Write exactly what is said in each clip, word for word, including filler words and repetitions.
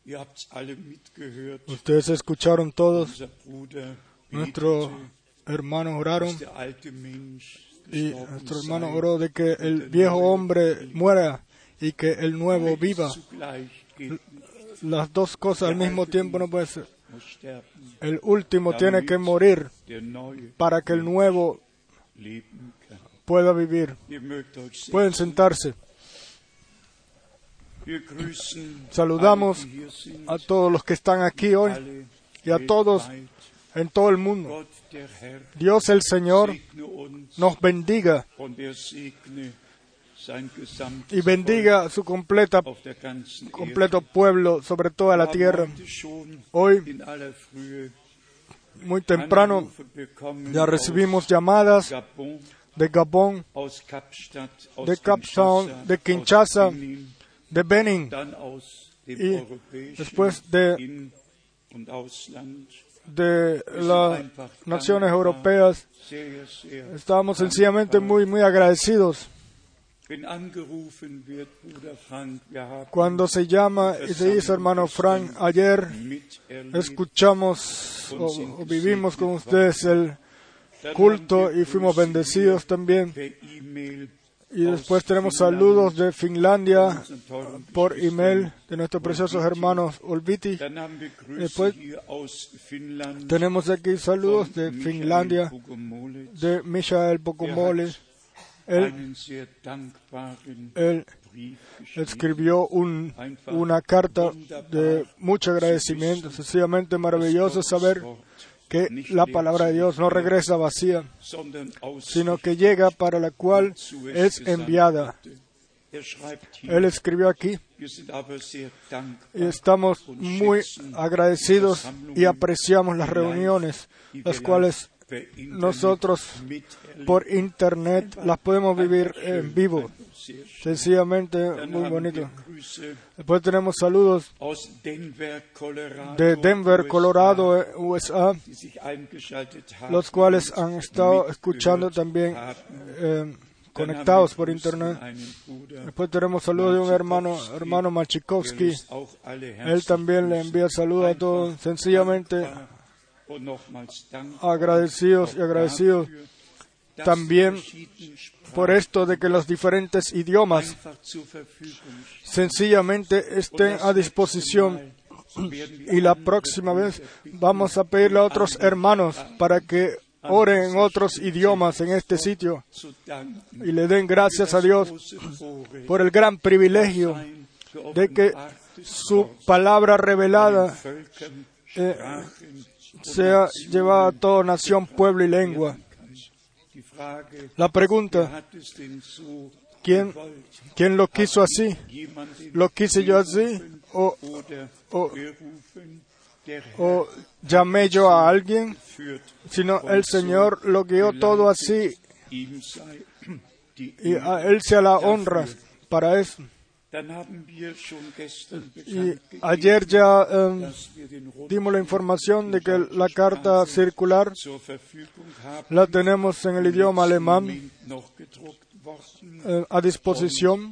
Ustedes escucharon todos. Nuestros hermanos oraron. Y nuestro hermano oró de que el viejo hombre muera y que el nuevo viva. Las dos cosas al mismo tiempo no puede ser. El último tiene que morir para que el nuevo pueda vivir. Pueden sentarse. Saludamos a todos los que están aquí hoy y a todos en todo el mundo. Dios el Señor nos bendiga y bendiga a su completa, completo pueblo sobre toda la tierra. Hoy, muy temprano, ya recibimos llamadas de Gabón, de Capstown, de Kinshasa, de Benin y después de, de las naciones europeas. Estamos sencillamente muy, muy agradecidos. Cuando se llama y se dice, hermano Frank, ayer escuchamos o, o vivimos con ustedes el culto y fuimos bendecidos también. Y después tenemos saludos de Finlandia por email de nuestros preciosos hermanos Olviti. Después tenemos aquí saludos de Finlandia, de Michael Pokumole. Él, él escribió un, una carta de mucho agradecimiento. Sencillamente maravilloso saber que la palabra de Dios no regresa vacía, sino que llega para la cual es enviada. Él escribió aquí, y estamos muy agradecidos y apreciamos las reuniones, las cuales nosotros por internet las podemos vivir en vivo. Sencillamente muy bonito. Después tenemos saludos de Denver, Colorado, U S A, los cuales han estado escuchando también eh, conectados por internet. Después tenemos saludos de un hermano, hermano Machikovsky. Él también le envía saludos a todos. Sencillamente agradecidos y agradecidos también por esto de que los diferentes idiomas sencillamente estén a disposición. Y la próxima vez vamos a pedirle a otros hermanos para que oren en otros idiomas en este sitio y le den gracias a Dios por el gran privilegio de que su palabra revelada eh, sea llevada a toda nación, pueblo y lengua. La pregunta, ¿quién, ¿quién lo quiso así? ¿Lo quise yo así? ¿O, o, o llamé yo a alguien? Sino el Señor lo guió todo así y a Él sea la honra para eso. Y ayer ya eh, dimos la información de que la carta circular la tenemos en el idioma alemán eh, a disposición,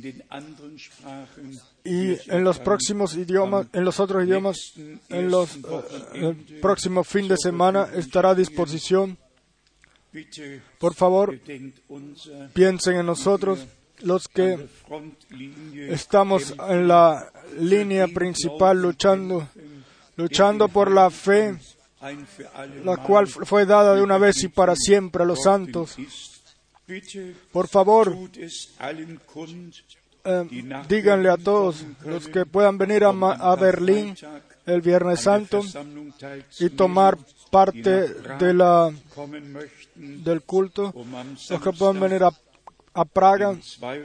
y en los próximos idiomas, en los otros idiomas, en los eh, el próximo fin de semana estará a disposición. Por favor, piensen en nosotros, los que estamos en la línea principal luchando, luchando por la fe, la cual fue dada de una vez y para siempre a los santos. Por favor, eh, díganle a todos los que puedan venir a, a Berlín el Viernes Santo y tomar parte de la, del culto, los que puedan venir a a Praga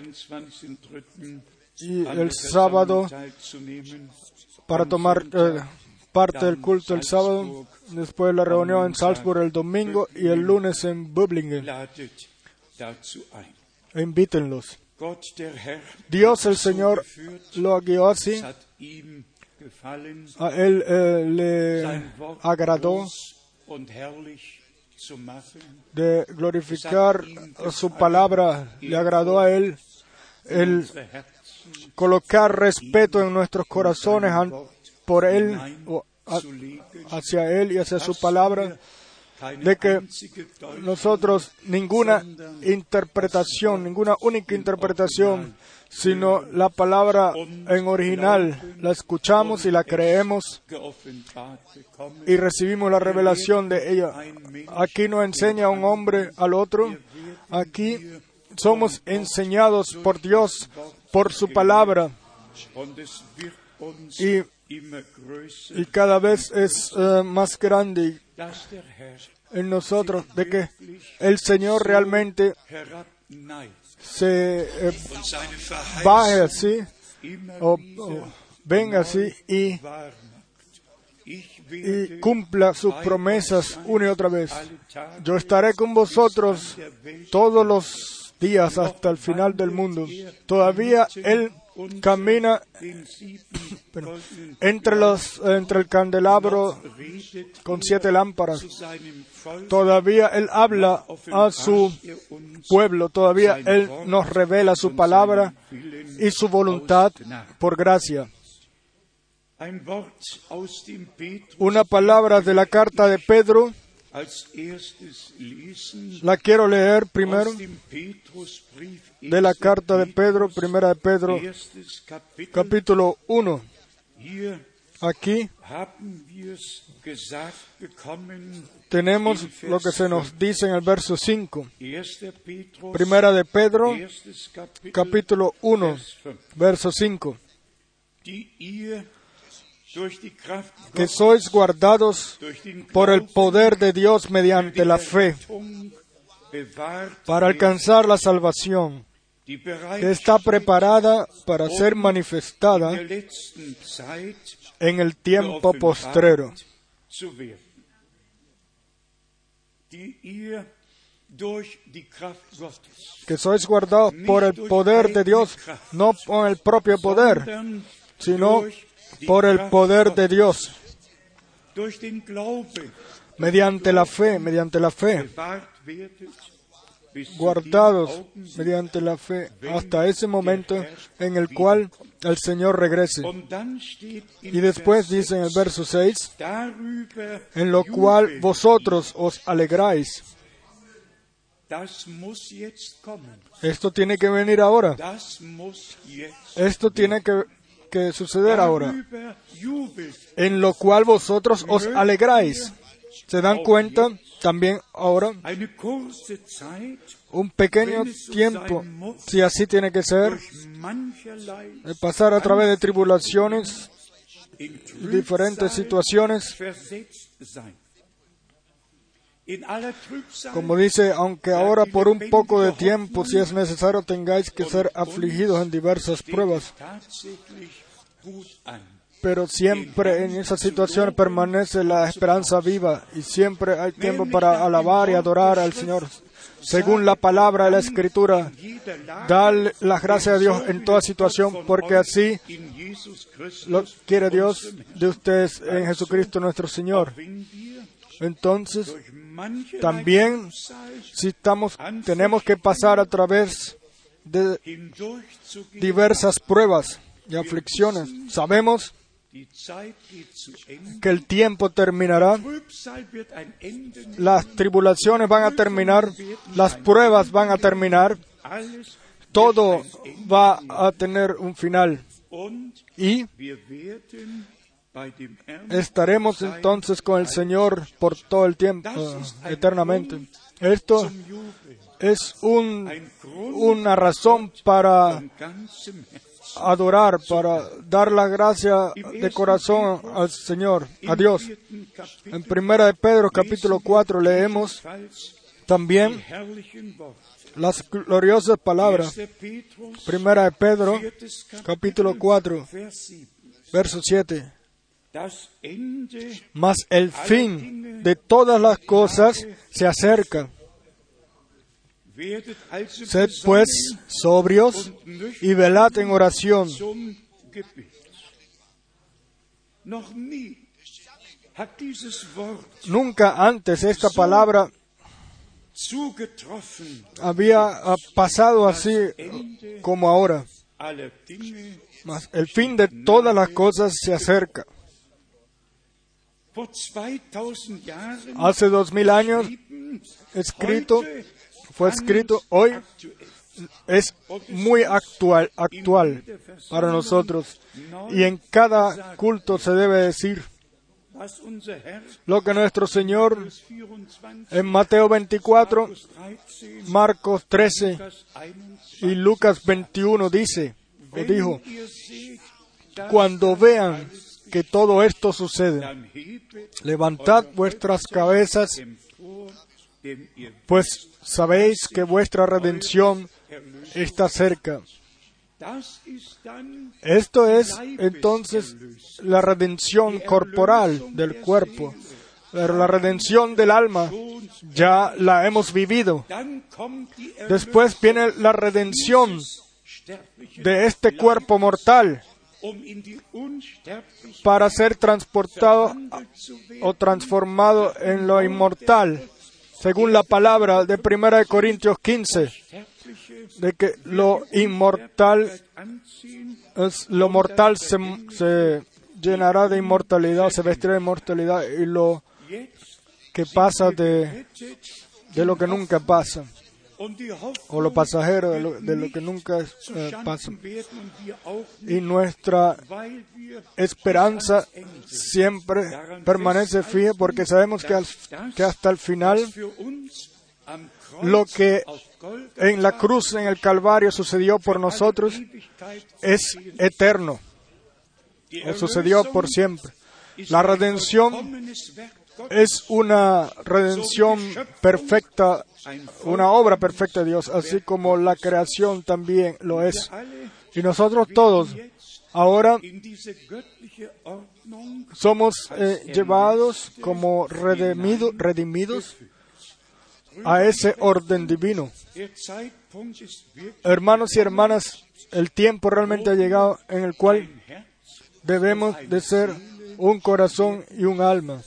y el sábado para tomar eh, parte del culto el sábado, después la reunión en Salzburg el domingo y el lunes en Böblingen. Invítenlos. Dios el Señor lo guió así. A Él eh, le agradó de glorificar su palabra, le agradó a Él el colocar respeto en nuestros corazones por Él, o a, hacia Él y hacia su palabra, de que nosotros ninguna interpretación, ninguna única interpretación, sino la palabra en original, la escuchamos y la creemos y recibimos la revelación de ella. Aquí no enseña un hombre al otro, aquí somos enseñados por Dios, por su palabra, y, y cada vez es uh, más grande en nosotros, de que el Señor realmente se eh, baje así, o, o venga así, y, y cumpla sus promesas una y otra vez. Yo estaré con vosotros todos los días hasta el final del mundo. Todavía Él camina pero, entre, los, entre el candelabro con siete lámparas. Todavía Él habla a su pueblo. Todavía Él nos revela su palabra y su voluntad por gracia. Una palabra de la carta de Pedro. La quiero leer primero de la carta de Pedro, primera de Pedro, capítulo uno. Aquí tenemos lo que se nos dice en el verso cinco. Primera de Pedro, capítulo uno, verso cinco. Que sois guardados por el poder de Dios mediante la fe, para alcanzar la salvación, que está preparada para ser manifestada en el tiempo postrero. Que sois guardados por el poder de Dios, no por el propio poder, sino por el poder de Dios, mediante la fe, mediante la fe, guardados mediante la fe hasta ese momento en el cual el Señor regrese. Y después dice en el verso seis, en lo cual vosotros os alegráis. Esto tiene que venir ahora. Esto tiene que que suceder ahora, en lo cual vosotros os alegráis. ¿Se dan cuenta? También ahora, un pequeño tiempo, si así tiene que ser, de pasar a través de tribulaciones, diferentes situaciones, como dice, aunque ahora por un poco de tiempo, si es necesario, tengáis que ser afligidos en diversas pruebas. Pero siempre en esa situación permanece la esperanza viva y siempre hay tiempo para alabar y adorar al Señor. Según la palabra de la Escritura, dale las gracias a Dios en toda situación, porque así lo quiere Dios de ustedes en Jesucristo nuestro Señor. Entonces, también si estamos, tenemos que pasar a través de diversas pruebas y aflicciones. Sabemos que el tiempo terminará, las tribulaciones van a terminar, las pruebas van a terminar, todo va a tener un final. Y estaremos entonces con el Señor por todo el tiempo, uh, eternamente. Esto es un, una razón para adorar, para dar la gracia de corazón al Señor, a Dios. En Primera de Pedro, capítulo cuatro, leemos también las gloriosas palabras. Primera de Pedro, capítulo cuatro, verso siete. Mas el fin de todas las cosas se acerca. Sed pues sobrios y velad en oración. Nunca antes esta palabra había pasado así como ahora. Mas el fin de todas las cosas se acerca. hace dos mil años escrito, fue escrito, hoy es muy actual, actual para nosotros. Y en cada culto se debe decir lo que nuestro Señor en Mateo veinticuatro, Marcos trece y Lucas veintiuno dice, o dijo: cuando vean que todo esto sucede, levantad vuestras cabezas, pues sabéis que vuestra redención está cerca. Esto es entonces la redención corporal del cuerpo, pero la redención del alma ya la hemos vivido. Después viene la redención de este cuerpo mortal para ser transportado o transformado en lo inmortal, según la palabra de primera de Corintios quince, de que lo inmortal, es, lo mortal se, se llenará de inmortalidad, se vestirá de inmortalidad, y lo que pasa de, de lo que nunca pasa, o lo pasajero de lo, de lo que nunca eh, pasa. Y nuestra esperanza siempre permanece fija, porque sabemos que, al, que hasta el final lo que en la cruz, en el Calvario, sucedió por nosotros es eterno, o sucedió por siempre. La redención es una redención perfecta, una obra perfecta de Dios, así como la creación también lo es. Y nosotros todos ahora somos eh, llevados como redimido, redimidos a ese orden divino. Hermanos y hermanas, el tiempo realmente ha llegado en el cual debemos de ser un corazón y un alma,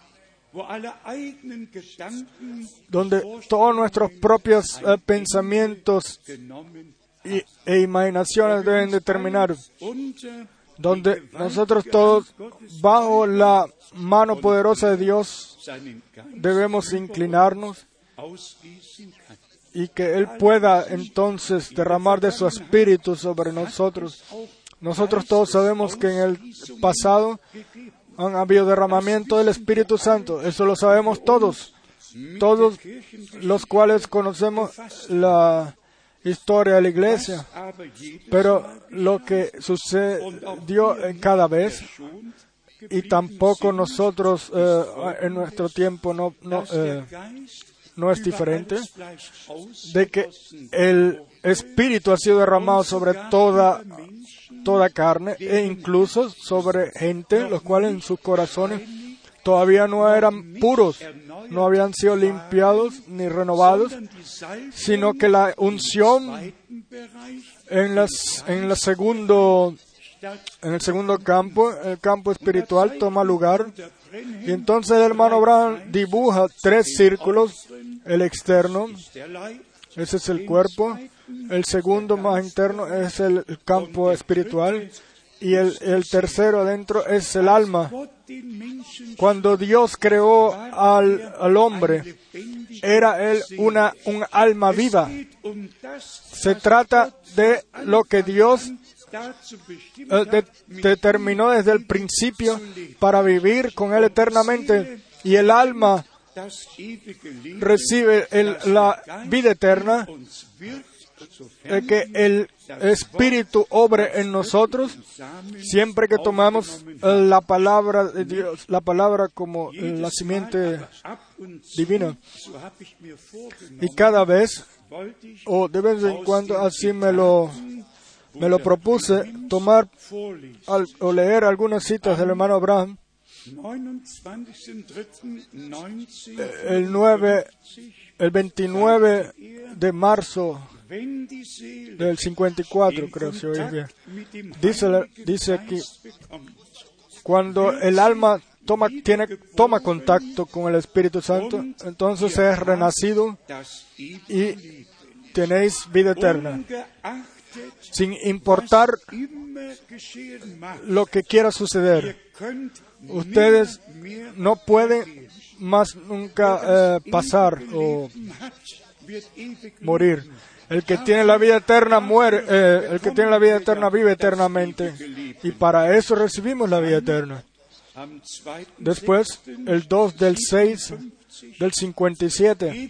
donde todos nuestros propios eh, pensamientos y, e imaginaciones deben de terminar, donde nosotros todos, bajo la mano poderosa de Dios, debemos inclinarnos y que Él pueda entonces derramar de su espíritu sobre nosotros. Nosotros todos sabemos que en el pasado han habido derramamiento del Espíritu Santo. Eso lo sabemos todos. Todos los cuales conocemos la historia de la iglesia. Pero lo que sucedió en cada vez, y tampoco nosotros eh, en nuestro tiempo no, no, eh, no es diferente, de que el Espíritu ha sido derramado sobre toda toda carne, e incluso sobre gente, los cuales en sus corazones todavía no eran puros, no habían sido limpiados ni renovados, sino que la unción en, las, en, la segundo, en el segundo campo, el campo espiritual, toma lugar. Y entonces el hermano Branham dibuja tres círculos: el externo, ese es el cuerpo; el segundo, más interno, es el campo espiritual; y el, el tercero adentro es el alma. Cuando Dios creó al, al hombre, era él una, un alma viva. Se trata de lo que Dios eh, de, determinó desde el principio para vivir con él eternamente. Y el alma recibe el, la vida eterna, de que el Espíritu obre en nosotros siempre que tomamos la palabra de Dios, la palabra como la simiente divina. Y cada vez, o de vez en cuando, así me lo, me lo propuse, tomar al, o leer algunas citas del hermano Branham. El nueve, el veintinueve de marzo del cincuenta y cuatro, creo, si oís bien. Dice, dice aquí, cuando el alma toma, tiene, toma contacto con el Espíritu Santo, entonces es renacido y tenéis vida eterna. sin importar lo que quiera suceder. Ustedes no pueden más nunca eh, pasar o morir. El que tiene la vida eterna muere, eh, el que tiene la vida eterna vive eternamente. Y para eso recibimos la vida eterna. Después, el dos del seis del cincuenta y siete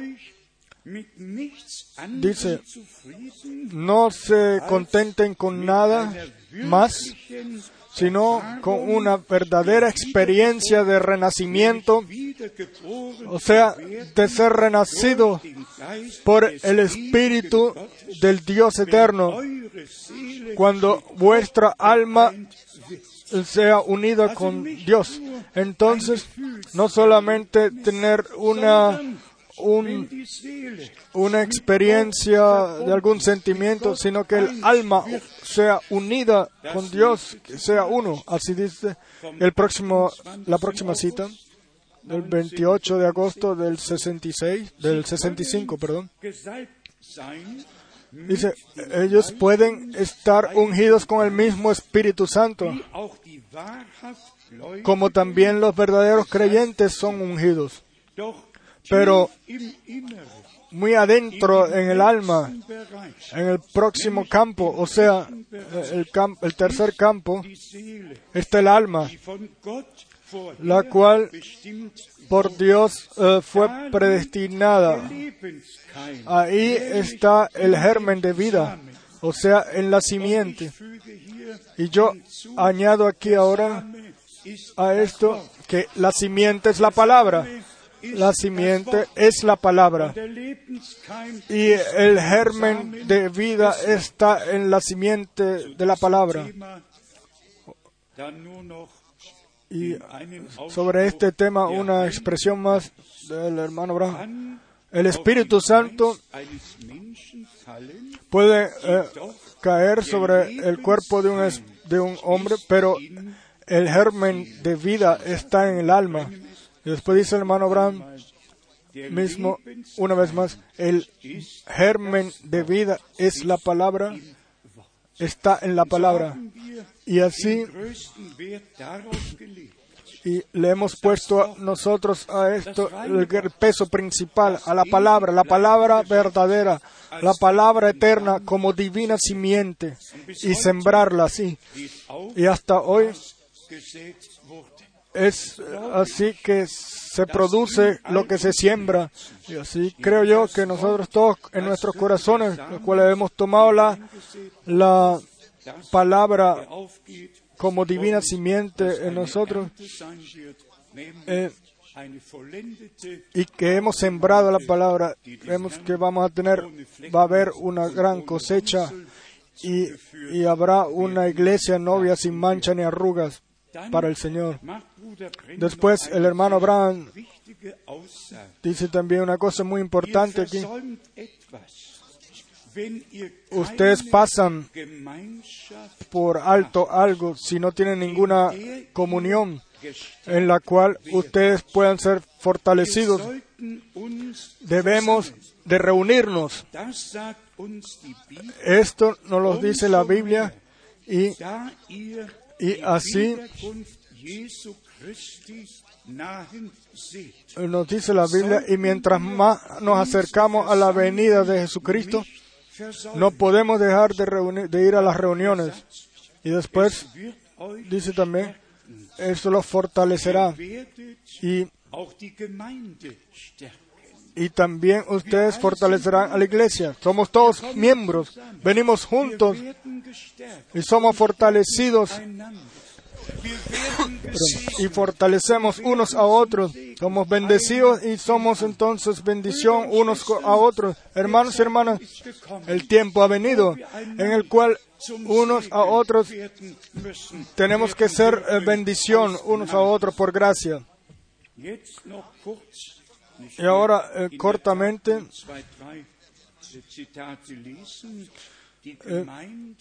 dice, no se contenten con nada más, sino con una verdadera experiencia de renacimiento, o sea, de ser renacido por el Espíritu del Dios eterno, cuando vuestra alma sea unida con Dios. Entonces, no solamente tener una Un, una experiencia de algún sentimiento, sino que el alma sea unida con Dios, que sea uno. Así dice el próximo, la próxima cita, del veintiocho de agosto del sesenta y seis, del sesenta y cinco, perdón. Dice, ellos pueden estar ungidos con el mismo Espíritu Santo, como también los verdaderos creyentes son ungidos. Pero muy adentro en el alma, en el próximo campo, o sea, el, camp- el tercer campo, está el alma, la cual por Dios eh, fue predestinada. Ahí está el germen de vida, o sea, en la simiente. Y yo añado aquí ahora a esto que la simiente es la palabra. La simiente es la palabra. Y el germen de vida está en la simiente de la palabra. Y sobre este tema, una expresión más del hermano Branham. El Espíritu Santo puede eh, caer sobre el cuerpo de un, es- de un hombre, pero el germen de vida está en el alma. Y después dice el hermano Branham mismo, una vez más, el germen de vida es la palabra, está en la palabra. Y así, y le hemos puesto nosotros a esto el peso principal, a la palabra, la palabra verdadera, la palabra eterna como divina simiente, y sembrarla así. Y hasta hoy es así que se produce lo que se siembra. Y así creo yo que nosotros todos en nuestros corazones, los cuales hemos tomado la, la palabra como divina simiente en nosotros, eh, y que hemos sembrado la palabra, creemos que vamos a tener, va a haber una gran cosecha y, y habrá una iglesia novia sin mancha ni arrugas para el Señor. Después el hermano Branham dice también una cosa muy importante aquí. Ustedes pasan por alto algo si no tienen ninguna comunión en la cual ustedes puedan ser fortalecidos. Debemos de reunirnos. Esto nos lo dice la Biblia y, y así nos dice la Biblia, y mientras más nos acercamos a la venida de Jesucristo, no podemos dejar de, reunir, de ir a las reuniones. Y después dice también, eso los fortalecerá. Y, y también ustedes fortalecerán a la iglesia. Somos todos miembros, venimos juntos y somos fortalecidos y fortalecemos unos a otros. Somos bendecidos y somos entonces bendición unos a otros. Hermanos y hermanas, el tiempo ha venido en el cual unos a otros tenemos que ser bendición unos a otros por gracia. Y ahora, eh, cortamente, eh,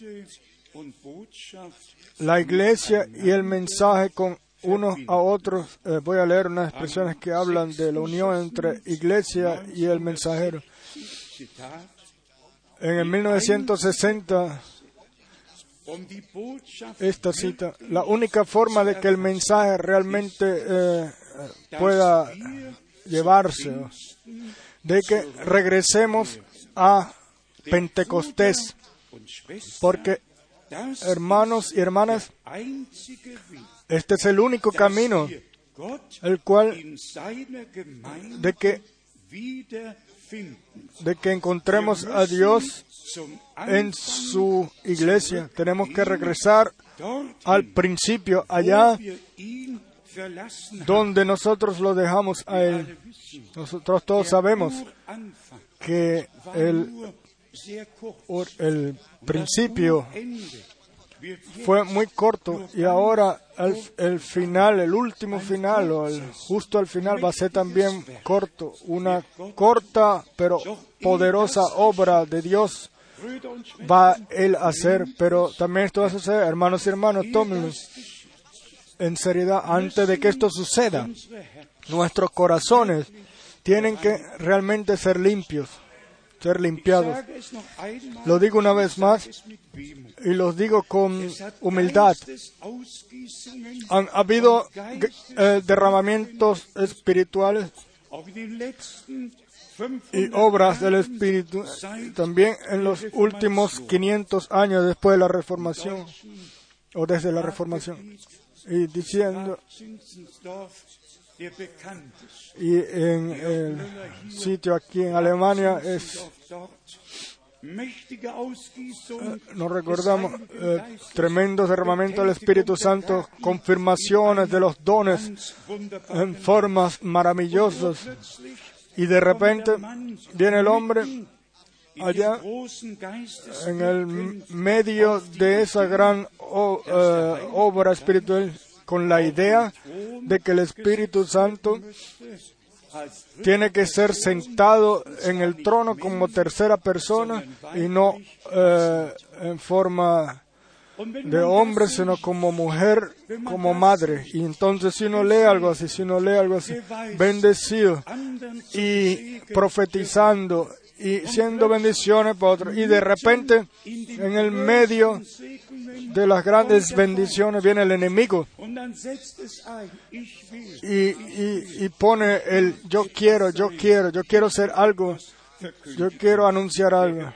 la iglesia y el mensaje con unos a otros. Eh, voy a leer unas expresiones que hablan de la unión entre iglesia y el mensajero. En el mil novecientos sesenta, esta cita, la única forma de que el mensaje realmente eh, pueda llevarse, de que regresemos a Pentecostés, porque, hermanos y hermanas, este es el único camino, el cual, de que, de que encontremos a Dios en su iglesia. Tenemos que regresar al principio, allá donde nosotros lo dejamos a Él. Nosotros todos sabemos que el, el principio fue muy corto y ahora el, el final, el último final, o el, justo al final va a ser también corto. Una corta pero poderosa obra de Dios va Él a hacer, pero también esto va a suceder. Hermanos y hermanos, tómenlo en seriedad antes de que esto suceda. Nuestros corazones tienen que realmente ser limpios, ser limpiados. Lo digo una vez más y lo digo con humildad. Han habido eh, derramamientos espirituales y obras del Espíritu también en los últimos quinientos años después de la Reformación, o desde la Reformación, y diciendo, y en el sitio aquí en Alemania es, eh, nos recordamos, eh, tremendos derramamientos del Espíritu Santo, confirmaciones de los dones en formas maravillosas. Y de repente viene el hombre allá en el medio de esa gran o, uh, obra espiritual con la idea de que el Espíritu Santo tiene que ser sentado en el trono como tercera persona y no uh, en forma de hombre, sino como mujer, como madre. Y entonces si uno lee algo así, si uno lee algo así, bendecido y profetizando y siendo bendiciones para otros, y de repente en el medio de las grandes bendiciones viene el enemigo y, y, y pone el yo quiero, yo quiero, yo quiero ser algo, yo quiero anunciar algo.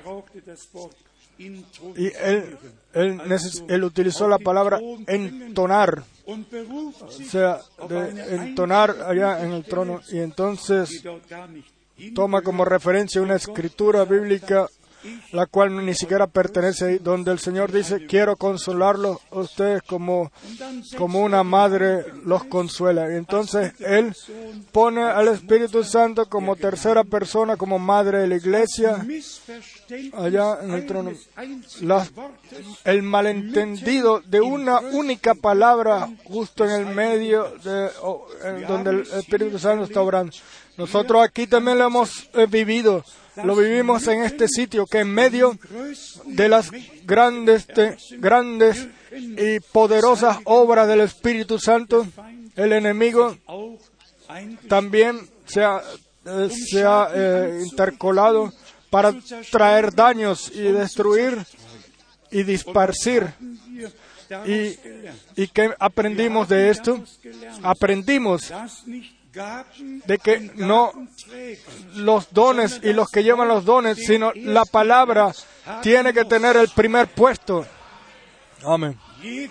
Y él, él, neces- él utilizó la palabra entonar, o sea, de entonar allá en el trono, y entonces toma como referencia una escritura bíblica la cual ni siquiera pertenece ahí, donde el Señor dice, quiero consolarlos a ustedes como, como una madre los consuela. Y entonces Él pone al Espíritu Santo como tercera persona, como madre de la iglesia, allá en el trono. La, el malentendido de una única palabra justo en el medio de oh, en donde el Espíritu Santo está obrando. Nosotros aquí también lo hemos eh, vivido. Lo vivimos en este sitio, que en medio de las grandes, de, grandes y poderosas obras del Espíritu Santo, el enemigo también se ha, eh, se ha eh, intercolado para traer daños y destruir y disparcir. ¿Y, y qué aprendimos de esto? Aprendimos de que no los dones y los que llevan los dones, sino la palabra tiene que tener el primer puesto. Amén.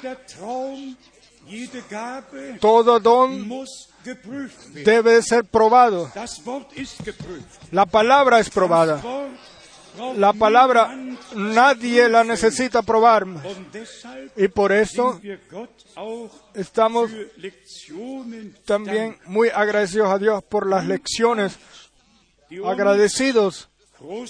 Todo don debe ser probado. La palabra es probada. La palabra nadie la necesita probar. Y por eso estamos también muy agradecidos a Dios por las lecciones, agradecidos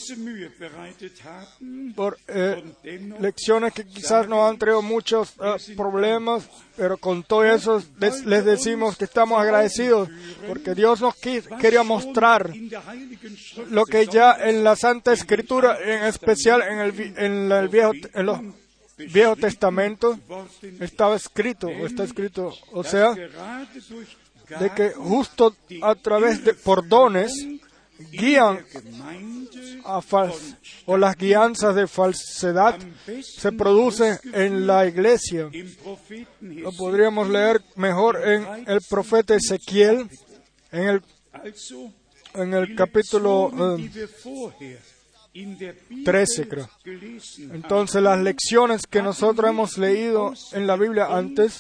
por eh, lecciones que quizás nos han traído muchos uh, problemas, pero con todo eso les, les decimos que estamos agradecidos porque Dios nos qui- quería mostrar lo que ya en la Santa Escritura, en especial en el, en el Viejo, en los Viejo Testamento, estaba escrito, o está escrito, o sea, de que justo a través de, por dones, guían a fal- o las guianzas de falsedad se producen en la iglesia. Lo podríamos leer mejor en el profeta Ezequiel, en el, en el capítulo eh, trece, creo. Entonces, las lecciones que nosotros hemos leído en la Biblia antes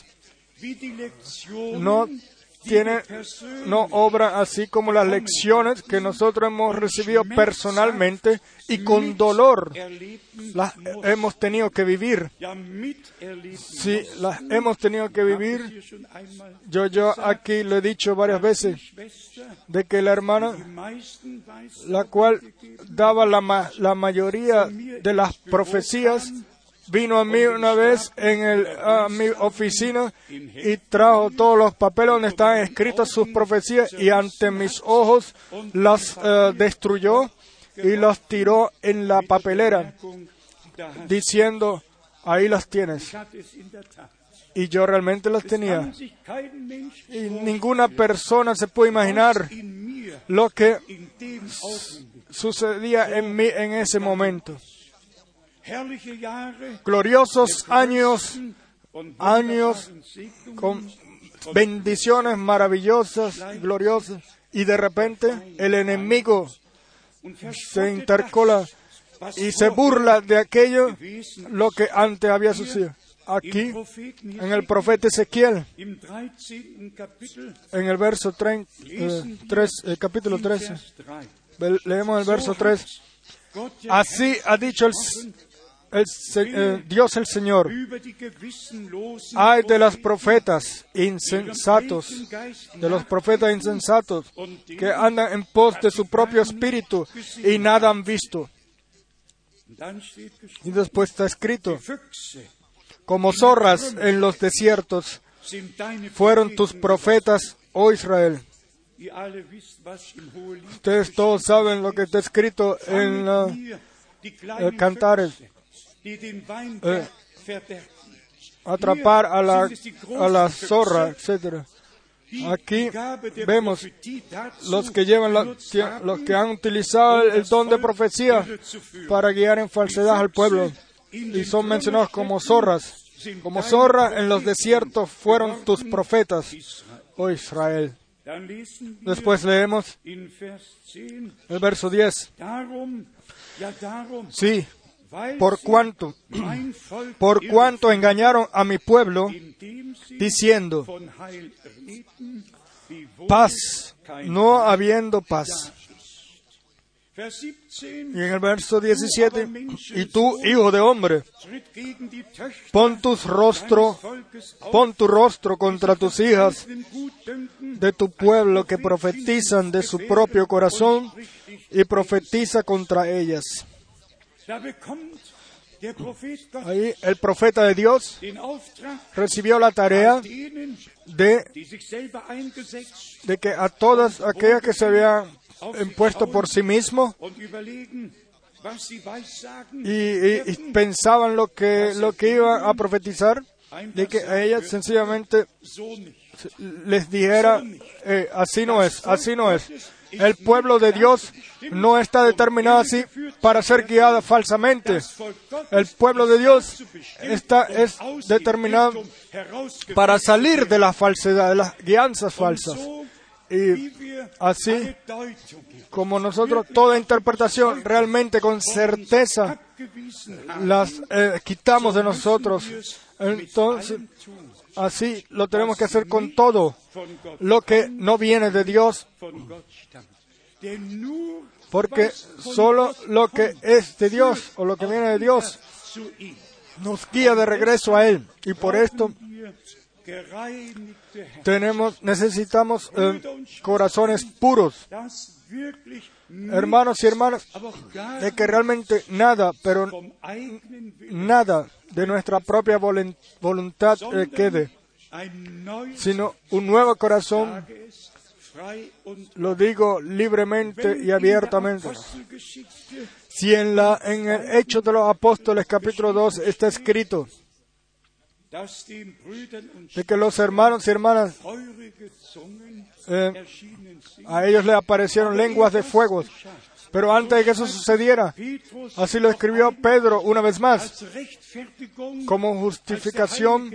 no tienen, no obran así como las lecciones que nosotros hemos recibido personalmente y con dolor las hemos tenido que vivir. Sí, las hemos tenido que vivir. Yo, yo aquí lo he dicho varias veces, de que la hermana, la cual daba la, ma- la mayoría de las profecías, vino a mí una vez en el, a mi oficina y trajo todos los papeles donde estaban escritas sus profecías y ante mis ojos las eh, destruyó y las tiró en la papelera, diciendo, ahí las tienes. Y yo realmente las tenía. Y ninguna persona se puede imaginar lo que sucedía en mí en ese momento. Gloriosos años, años con bendiciones maravillosas, gloriosas, y de repente el enemigo se intercola y se burla de aquello lo que antes había sucedido. Aquí, en el profeta Ezequiel, en el verso treinta, eh, tres, eh, capítulo trece, leemos el verso tres. Así ha dicho el El, eh, Dios el Señor: ay de los profetas insensatos, de los profetas insensatos que andan en pos de su propio espíritu y nada han visto. Y después está escrito: como zorras en los desiertos fueron tus profetas, oh Israel. Ustedes todos saben lo que está escrito en uh, uh, Cantares. Eh, atrapar a la, a la zorra, etcétera. Aquí vemos los que llevan la, los que han utilizado el don de profecía para guiar en falsedad al pueblo y son mencionados como zorras. Como zorras en los desiertos fueron tus profetas, oh Israel. Después leemos el verso diez. Sí. Por cuanto, por cuanto engañaron a mi pueblo, diciendo, paz, no habiendo paz. Y en el verso diecisiete, y tú, hijo de hombre, pon tus rostro, pon tu rostro contra tus hijas de tu pueblo que profetizan de su propio corazón y profetiza contra ellas. Ahí el profeta de Dios recibió la tarea de, de que a todas aquellas que se habían impuesto por sí mismos y, y, y pensaban lo que, lo que iban a profetizar, de que a ellas sencillamente les dijera, eh, así no es, así no es. El pueblo de Dios no está determinado así para ser guiado falsamente. El pueblo de Dios está, es determinado para salir de la falsedad, de las guianzas falsas. Y así como nosotros toda interpretación realmente con certeza las eh, quitamos de nosotros, entonces así lo tenemos que hacer con todo lo que no viene de Dios, porque solo lo que es de Dios o lo que viene de Dios nos guía de regreso a Él. Y por esto tenemos, necesitamos eh, corazones puros, hermanos y hermanas, de que realmente nada, pero nada de nuestra propia voluntad eh, quede, sino un nuevo corazón. Lo digo libremente y abiertamente. Si en, la, en el Hechos de los Apóstoles, capítulo dos, está escrito de que los hermanos y hermanas, eh, a ellos les aparecieron lenguas de fuego. Pero antes de que eso sucediera, así lo escribió Pedro una vez más, como justificación,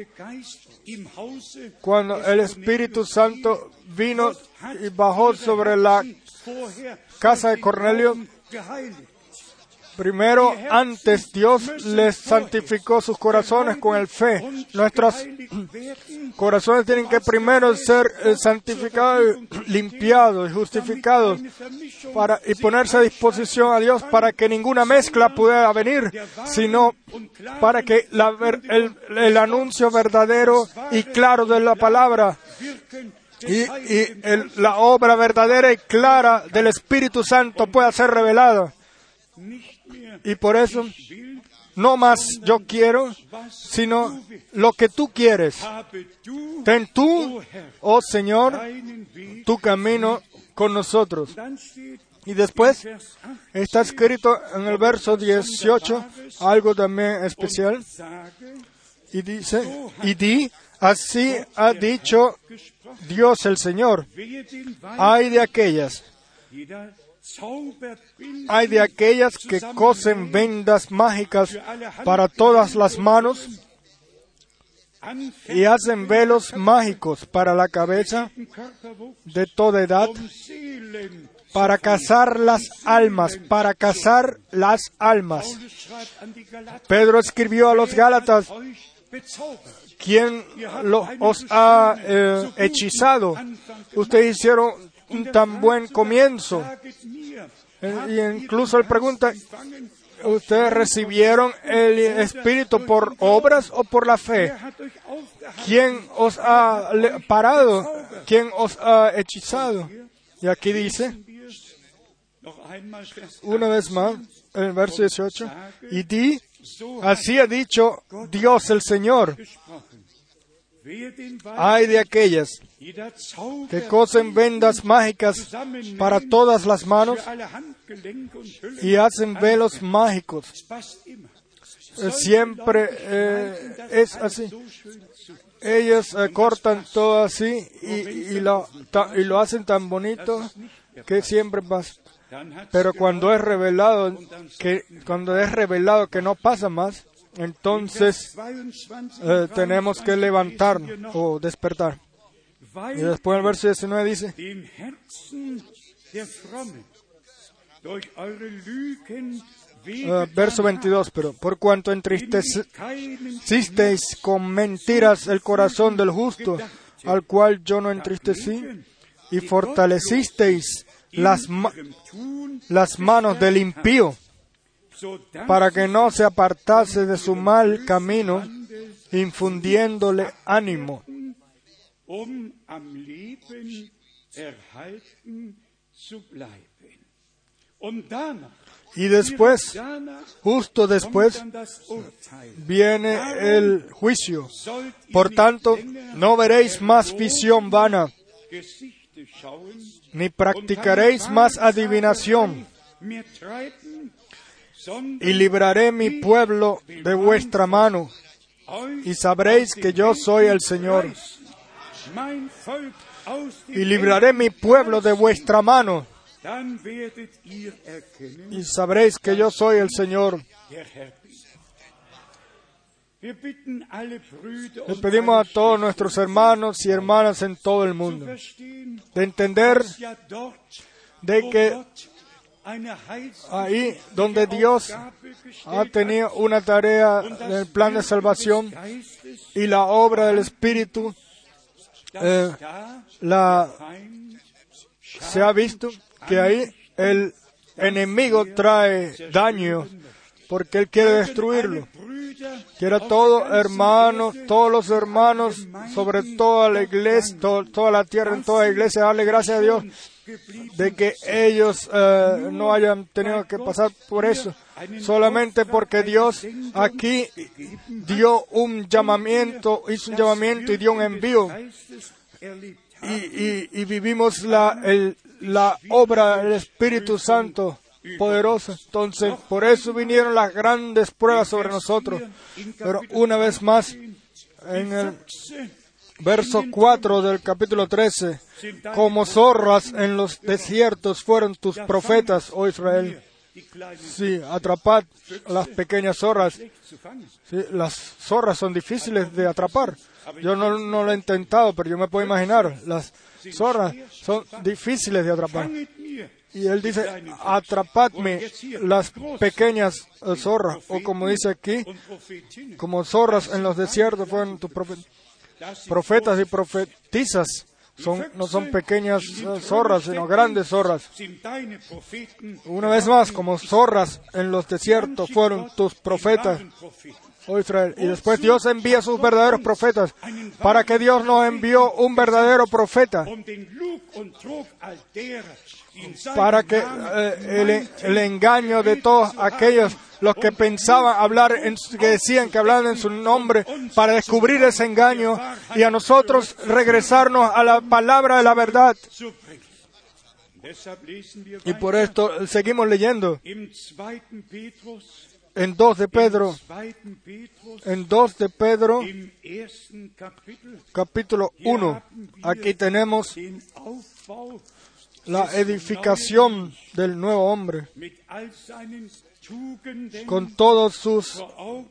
cuando el Espíritu Santo vino y bajó sobre la casa de Cornelio. Primero, antes, Dios les santificó sus corazones con el fe. Nuestros corazones tienen que primero ser eh, santificados, limpiados y justificados para, y ponerse a disposición a Dios para que ninguna mezcla pueda venir, sino para que la, ver, el, el anuncio verdadero y claro de la palabra y, y el, la obra verdadera y clara del Espíritu Santo pueda ser revelada. Y por eso, no más yo quiero, sino lo que tú quieres. Ten tú, oh Señor, tu camino con nosotros. Y después está escrito en el verso dieciocho algo también especial. Y dice, y di, así ha dicho Dios el Señor. Ay de aquellas. Hay de aquellas que cosen vendas mágicas para todas las manos y hacen velos mágicos para la cabeza de toda edad, para cazar las almas, para cazar las almas. Pedro escribió a los Gálatas, ¿quién lo, os ha eh, hechizado? Ustedes hicieron un tan buen comienzo. Y incluso él pregunta, ¿ustedes recibieron el Espíritu por obras o por la fe? ¿Quién os ha parado? ¿Quién os ha hechizado? Y aquí dice, una vez más, en el verso dieciocho, y di, así ha dicho Dios el Señor. Ay de aquellas que cosen vendas mágicas para todas las manos y hacen velos mágicos. Siempre eh, es así. Ellos eh, cortan todo así y, y, lo, ta, y lo hacen tan bonito que siempre pasa. Pero cuando es revelado que cuando es revelado que no pasa más, entonces eh, tenemos que levantarnos o despertar. Y después el verso diecinueve dice, uh, verso veintidós, pero por cuanto entristecisteis con mentiras el corazón del justo, al cual yo no entristecí, y fortalecisteis las, ma- las manos del impío, para que no se apartase de su mal camino, infundiéndole ánimo. Y después, justo después, viene el juicio. Por tanto, no veréis más visión vana, ni practicaréis más adivinación, y libraré mi pueblo de vuestra mano, y sabréis que yo soy el Señor. Y libraré mi pueblo de vuestra mano, y sabréis que yo soy el Señor. Le pedimos a todos nuestros hermanos y hermanas en todo el mundo de entender de que ahí donde Dios ha tenido una tarea en el plan de salvación y la obra del Espíritu, eh, la, se ha visto que ahí el enemigo trae daño porque él quiere destruirlo. Quiere a todos hermanos, todos los hermanos, sobre toda la iglesia, todo, toda la tierra, en toda la iglesia, darle gracias a Dios de que ellos eh, no hayan tenido que pasar por eso, solamente porque Dios aquí dio un llamamiento, hizo un llamamiento y dio un envío, y, y, y vivimos la, el, la obra del Espíritu Santo poderosa. Entonces, por eso vinieron las grandes pruebas sobre nosotros. Pero una vez más, en el verso cuatro del capítulo trece, como zorras en los desiertos fueron tus profetas, oh Israel. Sí, atrapad las pequeñas zorras. Sí, las zorras son difíciles de atrapar. Yo no, no lo he intentado, pero yo me puedo imaginar. Las zorras son difíciles de atrapar. Y él dice, atrapadme las pequeñas uh, zorras. O como dice aquí, como zorras en los desiertos fueron tus profetas. Profetas y profetizas son, no son pequeñas uh, zorras, sino grandes zorras. Una vez más, como zorras en los desiertos fueron tus profetas, oh Israel. Y después Dios envía sus verdaderos profetas. ¿Para qué Dios nos envió un verdadero profeta? Para que eh, el, el engaño de todos aquellos los que pensaban hablar, en, que decían que hablaban en su nombre, para descubrir ese engaño y a nosotros regresarnos a la palabra de la verdad. Y por esto seguimos leyendo en dos de Pedro, en dos de Pedro, capítulo uno. Aquí tenemos la edificación del nuevo hombre, con todos sus,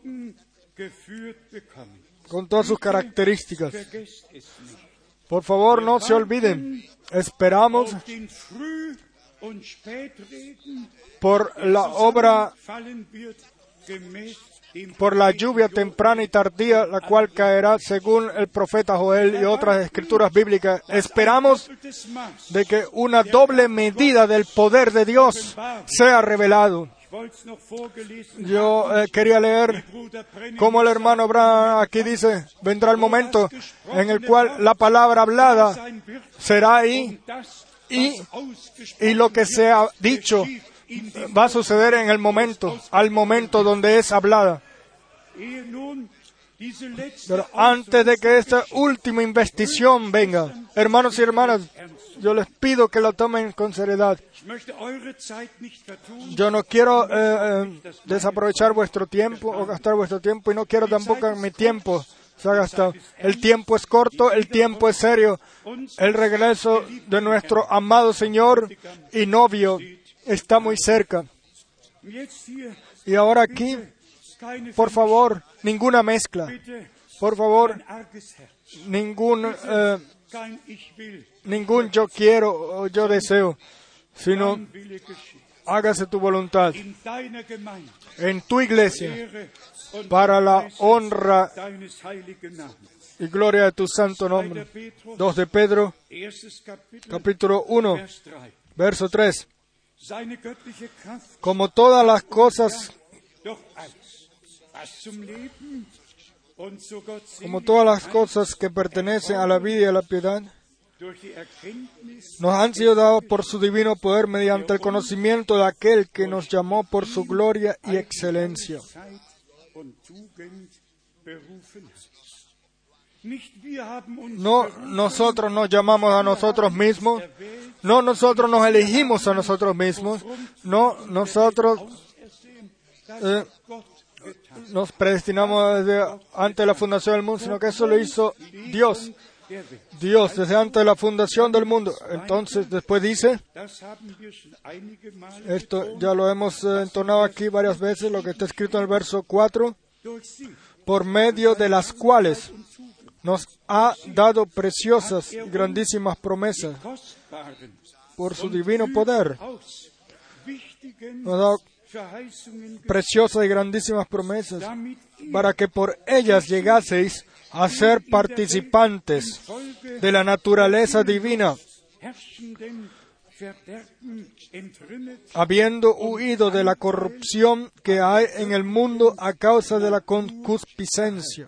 con todas sus características. Por favor, no se olviden. Esperamos por la obra, por la lluvia temprana y tardía, la cual caerá según el profeta Joel y otras escrituras bíblicas. Esperamos de que una doble medida del poder de Dios sea revelado. Yo eh, quería leer como el hermano Branham aquí dice, vendrá el momento en el cual la palabra hablada será ahí y, y lo que se ha dicho va a suceder en el momento, al momento donde es hablada. Pero antes de que esta última investigación venga, hermanos y hermanas, yo les pido que lo tomen con seriedad. Yo no quiero eh, eh, desaprovechar vuestro tiempo o gastar vuestro tiempo, y no quiero tampoco que mi tiempo se ha gastado. El tiempo es corto, el tiempo es serio. El regreso de nuestro amado Señor y novio está muy cerca. Y ahora aquí, por favor, ninguna mezcla. Por favor, ningún, eh, ningún yo quiero o yo deseo, sino hágase tu voluntad en tu iglesia para la honra y gloria de tu santo nombre. dos de Pedro, capítulo uno, verso tres. Como todas las cosas, como todas las cosas que pertenecen a la vida y a la piedad, nos han sido dados por su divino poder mediante el conocimiento de aquel que nos llamó por su gloria y excelencia. No nosotros nos llamamos a nosotros mismos, no nosotros nos elegimos a nosotros mismos, no nosotros eh, nos predestinamos desde antes de la fundación del mundo, sino que eso lo hizo Dios. Dios desde antes de la fundación del mundo. Entonces, después dice, esto ya lo hemos eh, entonado aquí varias veces, lo que está escrito en el verso cuatro, por medio de las cuales nos ha dado preciosas y grandísimas promesas por su divino poder. Nos ha dado preciosas y grandísimas promesas para que por ellas llegaseis a ser participantes de la naturaleza divina, habiendo huido de la corrupción que hay en el mundo a causa de la concupiscencia.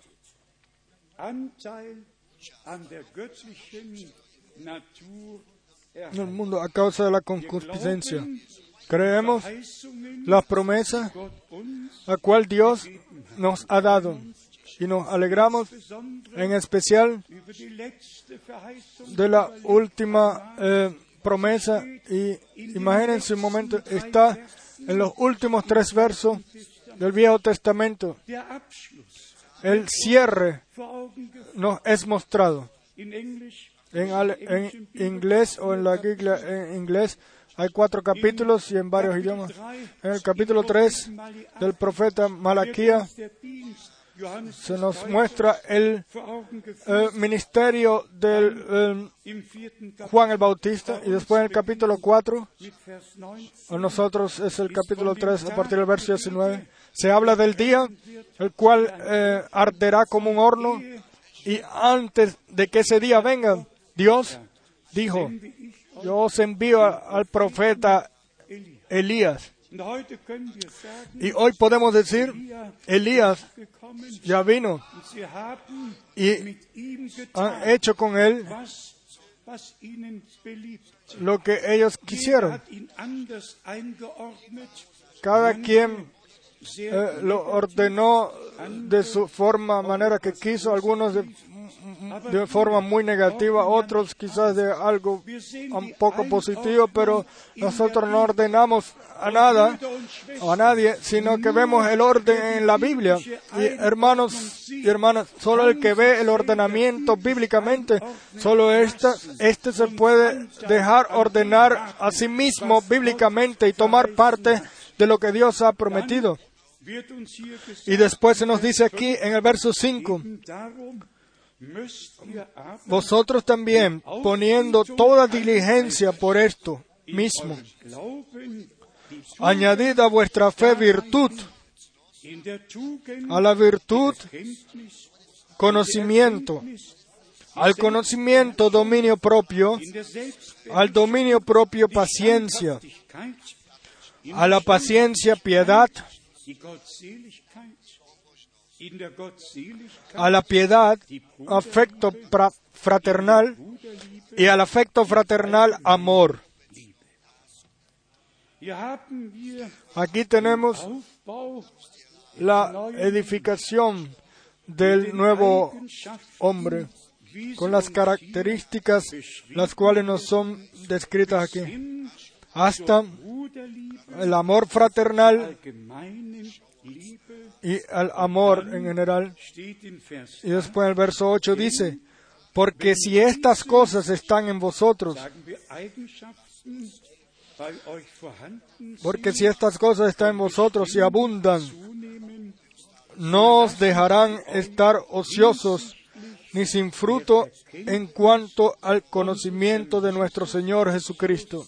En el mundo a causa de la concupiscencia. Creemos la promesa a cual Dios nos ha dado y nos alegramos en especial de la última eh, promesa. Y imagínense un momento, está en los últimos tres versos del Viejo Testamento. el cierre nos es mostrado. En, al, en inglés o en la Biblia en inglés hay cuatro capítulos y en varios idiomas. En el capítulo tres del profeta Malaquías se nos muestra el, el ministerio de Juan el Bautista, y después en el capítulo cuatro, a nosotros es el capítulo tres, a partir del verso diecinueve, se habla del día, el cual eh, arderá como un horno, y antes de que ese día venga, Dios dijo, yo os envío a, al profeta Elías. Y hoy podemos decir, Elías ya vino y han hecho con él lo que ellos quisieron. Cada quien eh, lo ordenó de su forma, manera que quiso, algunos de, de forma muy negativa, otros quizás de algo un poco positivo, pero nosotros no ordenamos a nada o a nadie, sino que vemos el orden en la Biblia. Y hermanos y hermanas, solo el que ve el ordenamiento bíblicamente, solo esta, este se puede dejar ordenar a sí mismo bíblicamente y tomar parte de lo que Dios ha prometido. Y después se nos dice aquí en el verso cinco, vosotros también, poniendo toda diligencia por esto mismo, añadid a vuestra fe virtud, a la virtud conocimiento, al conocimiento dominio propio, al dominio propio paciencia, a la paciencia piedad, a la piedad afecto fraternal y al afecto fraternal amor. Aquí tenemos la edificación del nuevo hombre con las características las cuales nos son descritas aquí. Hasta el amor fraternal y el amor en general. Y después el verso ocho dice, porque si estas cosas están en vosotros, porque si estas cosas están en vosotros y abundan, no os dejarán estar ociosos ni sin fruto en cuanto al conocimiento de nuestro Señor Jesucristo.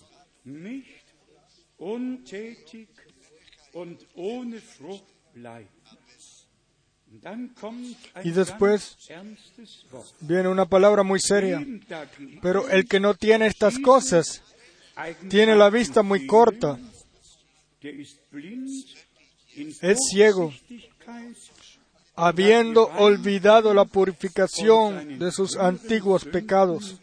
Y después viene una palabra muy seria. Pero el que no tiene estas cosas tiene la vista muy corta, es ciego, habiendo olvidado la purificación de sus antiguos pecados.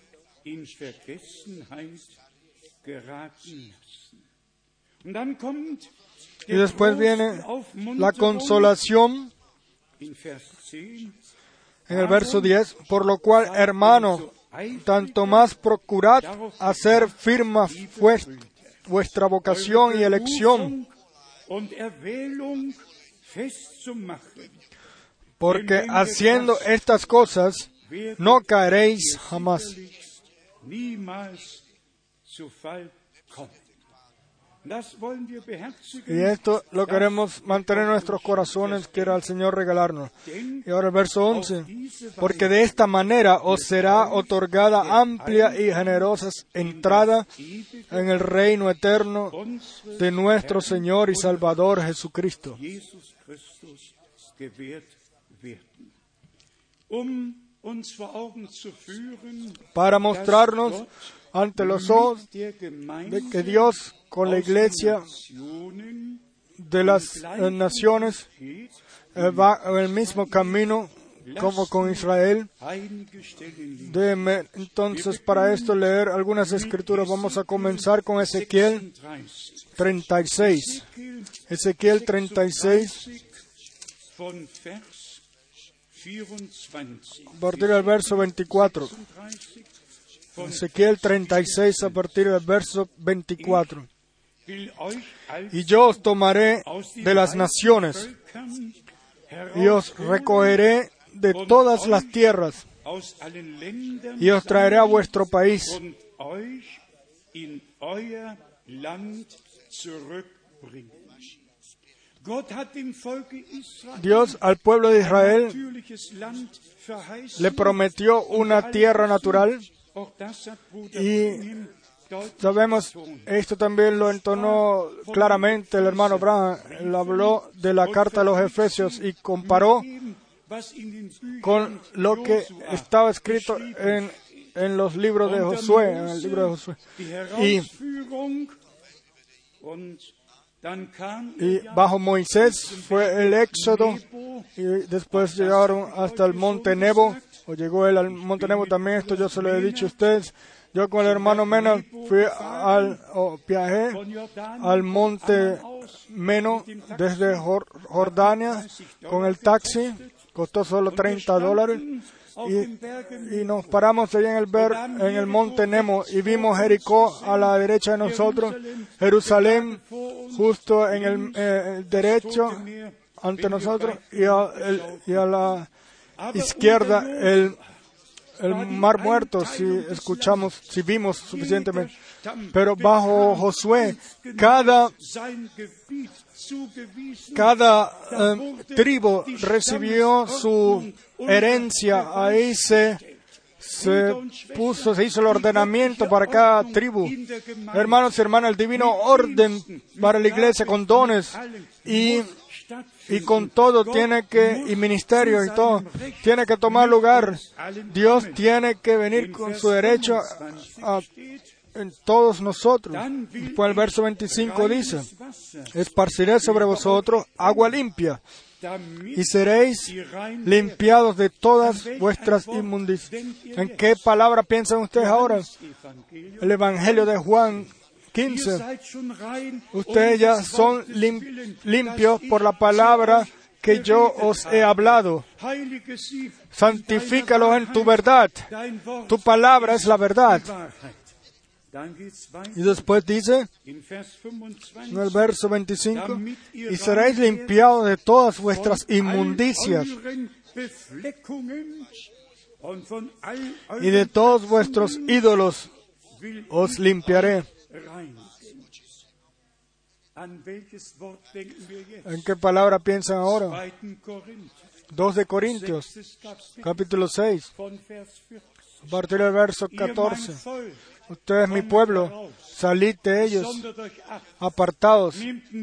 Y después viene la consolación en el verso diez, por lo cual, hermano, tanto más procurad hacer firme vuestra vocación y elección, porque haciendo estas cosas no caeréis jamás. Y esto lo queremos mantener en nuestros corazones, quiera el Señor regalarnos. Y ahora el verso once. Porque de esta manera os será otorgada amplia y generosa entrada en el reino eterno de nuestro Señor y Salvador Jesucristo. Para mostrarnos ante los ojos de que Dios con la iglesia de las eh, naciones eh, va en el mismo camino como con Israel. Déjenme entonces para esto leer algunas escrituras. Vamos a comenzar con Ezequiel treinta y seis. Ezequiel treinta y seis, a partir del verso veinticuatro. Ezequiel treinta y seis, a partir del verso veinticuatro. Y yo os tomaré de las naciones, y os recogeré de todas las tierras, y os traeré a vuestro país. Dios al pueblo de Israel le prometió una tierra natural, y sabemos, esto también lo entonó claramente el hermano Branham. Él habló de la carta a los Efesios y comparó con lo que estaba escrito en, en los libros de Josué, en el libro de Josué. Y, y bajo Moisés fue el éxodo, y después llegaron hasta el monte Nebo, o llegó él al monte Nebo también. Esto yo se lo he dicho a ustedes. Yo con el hermano Mena fui al, o viajé al monte Meno desde Jordania con el taxi, costó solo treinta dólares, y, y nos paramos allí en el, ver, en el monte Nemo y vimos Jericó a la derecha de nosotros, Jerusalén justo en el, eh, el derecho ante nosotros, y a, el, y a la izquierda el el mar muerto, si escuchamos, si vimos suficientemente. Pero bajo Josué, cada, cada eh, tribu recibió su herencia. Ahí se, se puso, se hizo el ordenamiento para cada tribu. Hermanos y hermanas, el divino orden para la iglesia con dones y Y con todo tiene que, y ministerios y todo, tiene que tomar lugar. Dios tiene que venir con su derecho a, a, en todos nosotros. Después el verso veinticinco dice: esparciré sobre vosotros agua limpia, y seréis limpiados de todas vuestras inmundicias. ¿En qué palabra piensan ustedes ahora? El Evangelio de Juan quince. Ustedes ya son lim- limpios por la palabra que yo os he hablado. Santifícalos en tu verdad. Tu palabra es la verdad. Y después dice, en el verso veinticinco, y seréis limpiados de todas vuestras inmundicias y de todos vuestros ídolos os limpiaré. ¿En qué palabra piensan ahora? dos de Corintios, capítulo seis, a partir del verso catorce. Ustedes, mi pueblo, salid de ellos, apartados.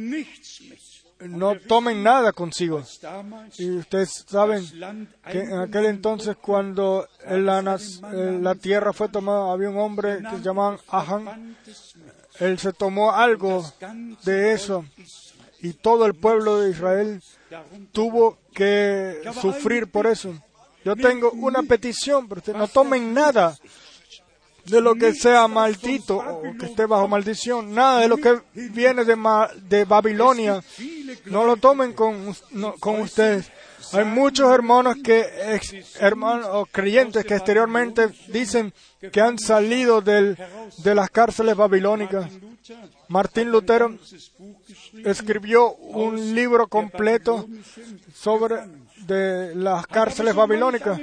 No tomen nada consigo. Y ustedes saben que en aquel entonces, cuando la, la tierra fue tomada, había un hombre que se llamaban Ahan. Él se tomó algo de eso, y todo el pueblo de Israel tuvo que sufrir por eso. Yo tengo una petición, pero ustedes no tomen nada de lo que sea maldito o que esté bajo maldición. Nada de lo que viene de, Ma- de Babilonia, no lo tomen con, no, con ustedes. Hay muchos hermanos que ex, hermanos o creyentes que exteriormente dicen que han salido del, de las cárceles babilónicas. Martín Lutero escribió un libro completo sobre de las cárceles babilónicas,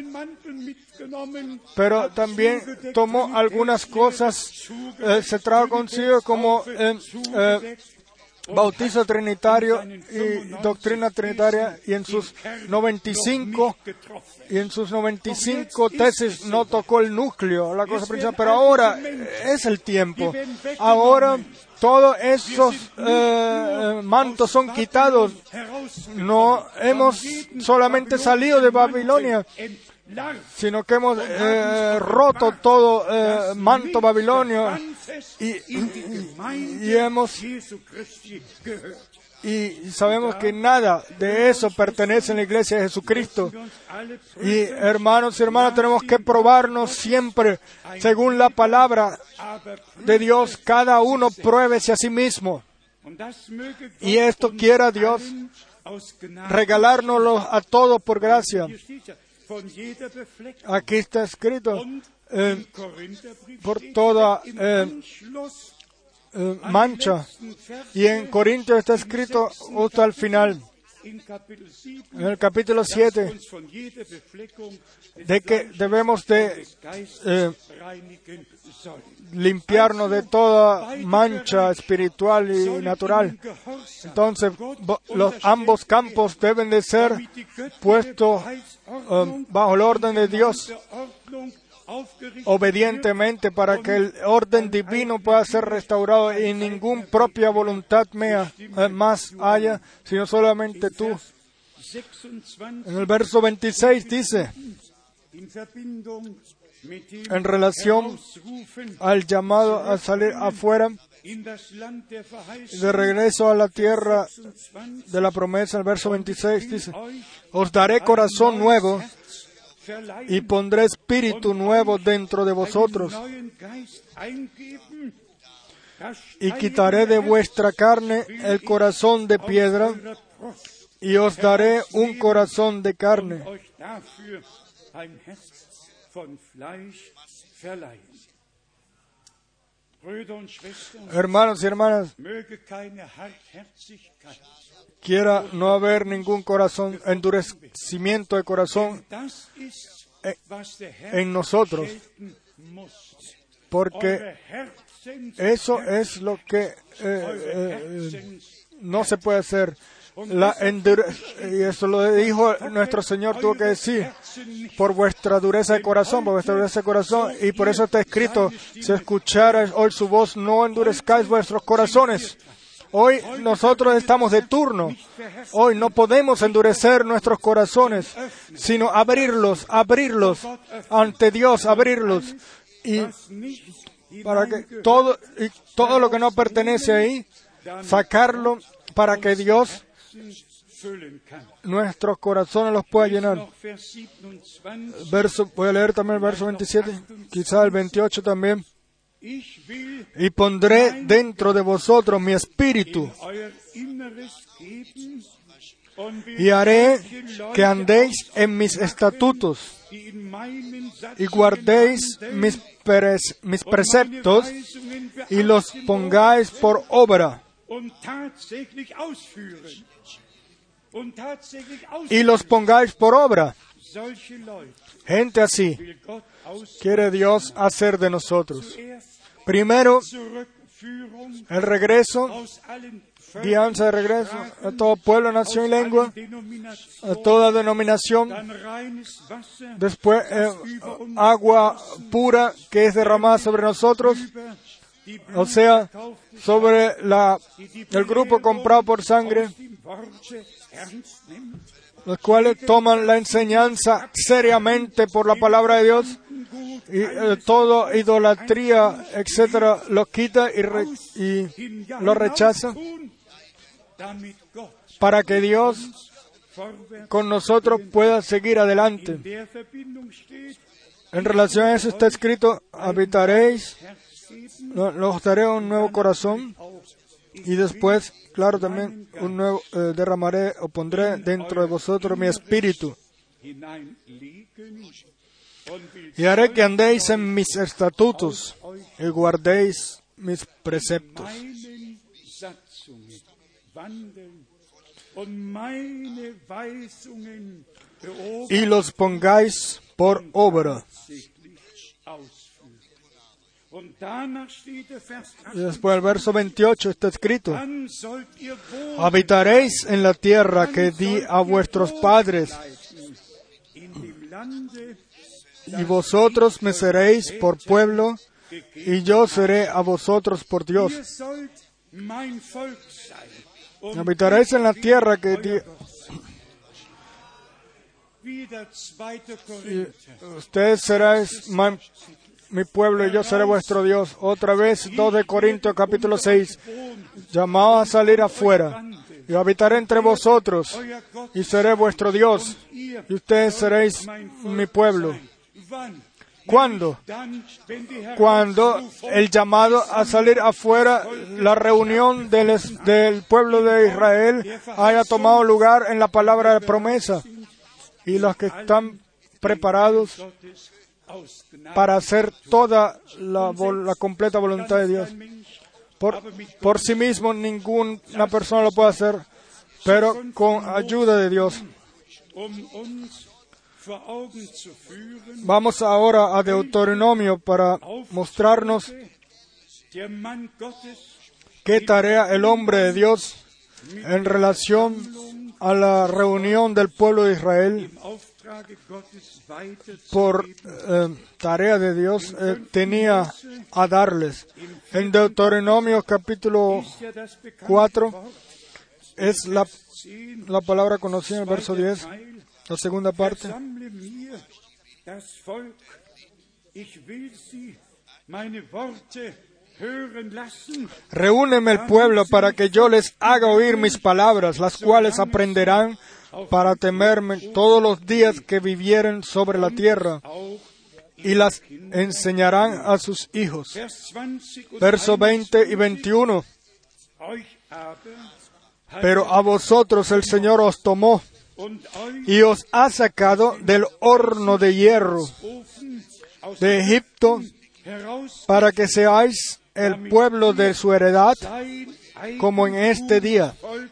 pero también tomó algunas cosas, eh, se trajo consigo como eh, eh, bautizo trinitario y doctrina trinitaria, y en sus noventa y cinco y en sus noventa y cinco tesis no tocó el núcleo, la cosa principal. Pero ahora es el tiempo. Ahora todos esos eh, mantos son quitados. No hemos solamente salido de Babilonia, sino que hemos eh, roto todo eh, manto babilonio y, y, y hemos y sabemos que nada de eso pertenece a la iglesia de Jesucristo. Y hermanos y hermanas, tenemos que probarnos siempre según la palabra de Dios. Cada uno pruébese a sí mismo, y esto quiera Dios regalárnoslo a todos por gracia. Aquí está escrito eh, por toda eh, eh, mancha, y en Corintios está escrito justo al final. en el capítulo siete, de que debemos de eh, limpiarnos de toda mancha espiritual y natural. Entonces, los, ambos campos deben de ser puestos um, bajo el orden de Dios, obedientemente, para que el orden divino pueda ser restaurado y ninguna propia voluntad mía eh, más haya, sino solamente tú. En el verso veintiséis dice, en relación al llamado a salir afuera, de regreso a la tierra de la promesa, el verso veintiséis dice, os daré corazón nuevo y pondré espíritu nuevo dentro de vosotros, y quitaré de vuestra carne el corazón de piedra, y os daré un corazón de carne. Hermanos y hermanas, quiera no haber ningún corazón, endurecimiento de corazón en nosotros, porque eso es lo que eh, eh, no se puede hacer. La endure- y eso lo dijo nuestro Señor, tuvo que decir, por vuestra dureza de corazón, por vuestra dureza de corazón, y por eso está escrito, si escucharais hoy su voz, no endurezcáis vuestros corazones. Hoy nosotros estamos de turno. Hoy no podemos endurecer nuestros corazones, sino abrirlos, abrirlos ante Dios, abrirlos, y para que todo, y todo lo que no pertenece ahí, sacarlo para que Dios nuestros corazones los pueda llenar. Verso, voy a leer también el verso veintisiete, quizá el veintiocho también. Y pondré dentro de vosotros mi espíritu, y haré que andéis en mis estatutos, y guardéis mis, perez, mis preceptos, y los pongáis por obra. Y los pongáis por obra. Gente así quiere Dios hacer de nosotros. Primero, el regreso, guianza de regreso a todo pueblo, nación y lengua, a toda denominación. Después, eh, agua pura que es derramada sobre nosotros, o sea, sobre la, el grupo comprado por sangre, los cuales toman la enseñanza seriamente por la palabra de Dios, y eh, toda idolatría, etcétera, lo quita y, re, y lo rechaza, para que Dios con nosotros pueda seguir adelante. En relación a eso está escrito, habitaréis, os daré un nuevo corazón, y después, claro, también un nuevo eh, derramaré o pondré dentro de vosotros mi espíritu, y haré que andéis en mis estatutos y guardéis mis preceptos, y los pongáis por obra. Y después el verso veintiocho está escrito, habitaréis en la tierra que di a vuestros padres, y vosotros me seréis por pueblo, y yo seré a vosotros por Dios. Habitaréis en la tierra que di... Y ustedes seréis man... mi pueblo, y yo seré vuestro Dios. Otra vez, dos de Corintios capítulo seis, llamados a salir afuera. Yo habitaré entre vosotros, y seré vuestro Dios, y ustedes seréis mi pueblo. ¿Cuándo? Cuando el llamado a salir afuera, la reunión del, del pueblo de Israel haya tomado lugar en la palabra de promesa, y los que están preparados para hacer toda la, la completa voluntad de Dios. Por, por sí mismo ninguna persona lo puede hacer, pero con ayuda de Dios. Vamos ahora a Deuteronomio para mostrarnos qué tarea el hombre de Dios en relación a la reunión del pueblo de Israel por eh, tarea de Dios eh, tenía a darles. En Deuteronomio capítulo cuatro es la, la palabra conocida en el verso diez, la segunda parte. Reúneme el pueblo para que yo les haga oír mis palabras, las cuales aprenderán para temerme todos los días que vivieren sobre la tierra, y las enseñarán a sus hijos. Verso veinte y veintiuno. Pero a vosotros el Señor os tomó y os ha sacado del horno de hierro de Egipto para que seáis el pueblo de su heredad, como en este día.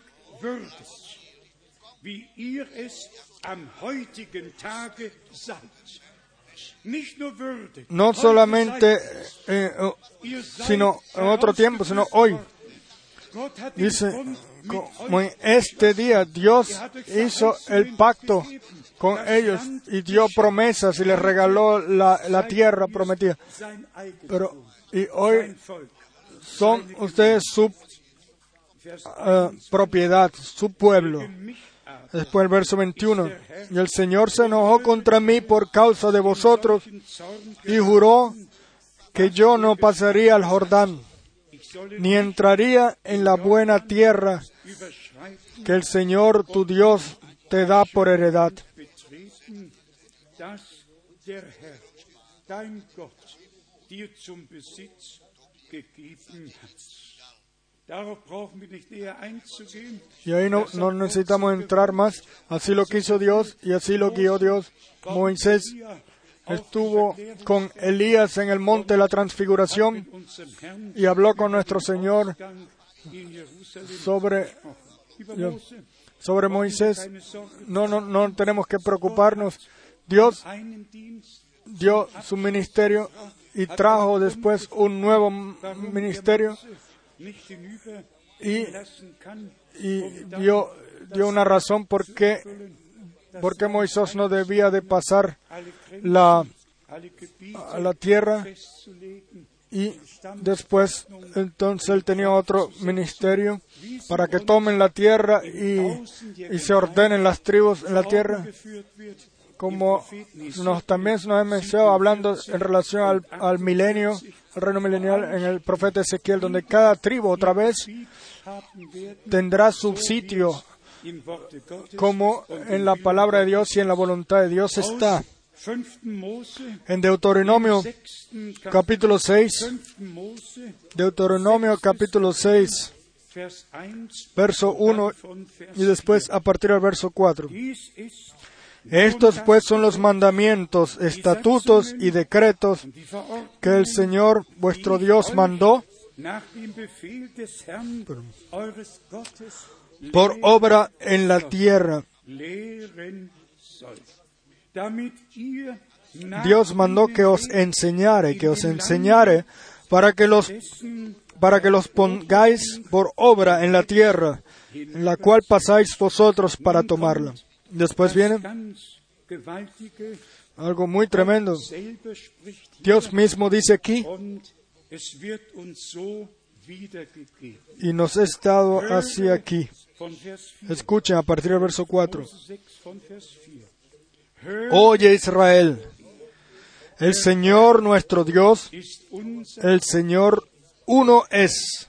No solamente, eh, sino en otro tiempo, sino hoy. Dice, como en este día Dios hizo el pacto con ellos y dio promesas y les regaló la, la tierra prometida. Pero, y hoy son ustedes su uh, propiedad, su pueblo. Después el verso veintiuno. Y el Señor se enojó contra mí por causa de vosotros y juró que yo no pasaría al Jordán, ni entraría en la buena tierra que el Señor tu Dios te da por heredad. Y ahí no, no necesitamos entrar más. Así lo quiso Dios y así lo guió Dios. Moisés estuvo con Elías en el monte de la transfiguración y habló con nuestro Señor sobre, sobre Moisés. No, no, no tenemos que preocuparnos. Dios dio su ministerio y trajo después un nuevo ministerio y, y dio, dio una razón por qué, por qué Moisés no debía de pasar la, a la tierra, y después entonces él tenía otro ministerio para que tomen la tierra y, y se ordenen las tribus en la tierra, como nos, también se nos ha mencionado hablando en relación al, al milenio, al reino milenial, en el profeta Ezequiel, donde cada tribu otra vez tendrá su sitio, como en la palabra de Dios y en la voluntad de Dios está. En Deuteronomio capítulo seis, Deuteronomio capítulo seis, verso uno y después a partir del verso cuatro. Estos pues son los mandamientos, estatutos y decretos que el Señor vuestro Dios mandó por obra en la tierra. Dios mandó que os enseñare, que os enseñare para que los, para que los pongáis por obra en la tierra, en la cual pasáis vosotros para tomarla. Después viene algo muy tremendo. Dios mismo dice aquí, y nos es dado así aquí. Escuchen a partir del verso cuatro. Oye Israel, el Señor nuestro Dios, el Señor uno es.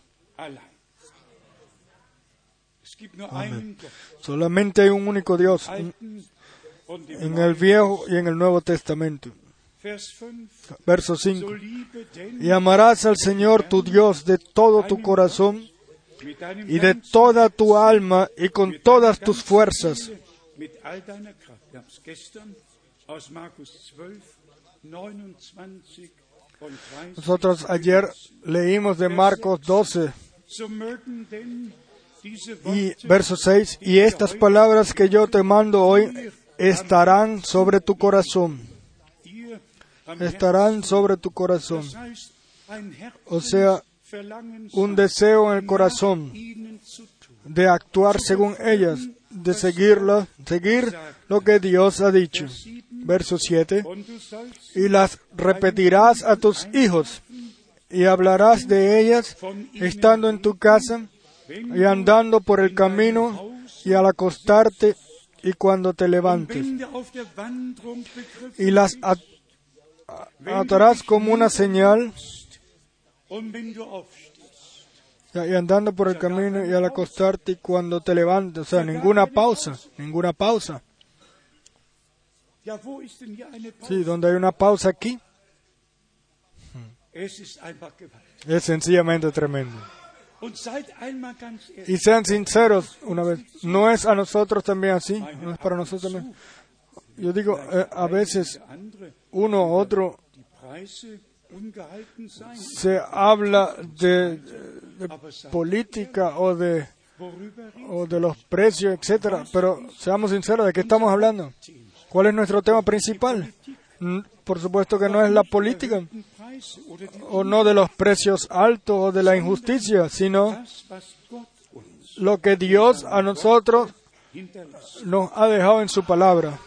Amén. Solamente hay un único Dios en, en el Viejo y en el Nuevo Testamento. Verso cinco. Y amarás al Señor tu Dios de todo tu corazón y de toda tu alma y con todas tus fuerzas. Nosotros ayer leímos de Marcos doce. Y verso seis, y estas palabras que yo te mando hoy estarán sobre tu corazón. Estarán sobre tu corazón. O sea, un deseo en el corazón de actuar según ellas, de seguirla, seguir lo que Dios ha dicho. Verso siete, y las repetirás a tus hijos, y hablarás de ellas estando en tu casa, y andando por el camino, y al acostarte, y cuando te levantes. Y las at- atarás como una señal, y andando por el camino y al acostarte y cuando te levantes. O sea, ninguna pausa, ninguna pausa. Sí, donde hay una pausa aquí, es sencillamente tremendo. Y sean sinceros una vez, ¿no es a nosotros también así? ¿No es para nosotros también? Yo digo, eh, a veces uno u otro se habla de, de política o de, o de los precios, etcétera, pero seamos sinceros, ¿de qué estamos hablando? ¿Cuál es nuestro tema principal? Por supuesto que no es la política, o no de los precios altos o de la injusticia, sino lo que Dios a nosotros nos ha dejado en su palabra.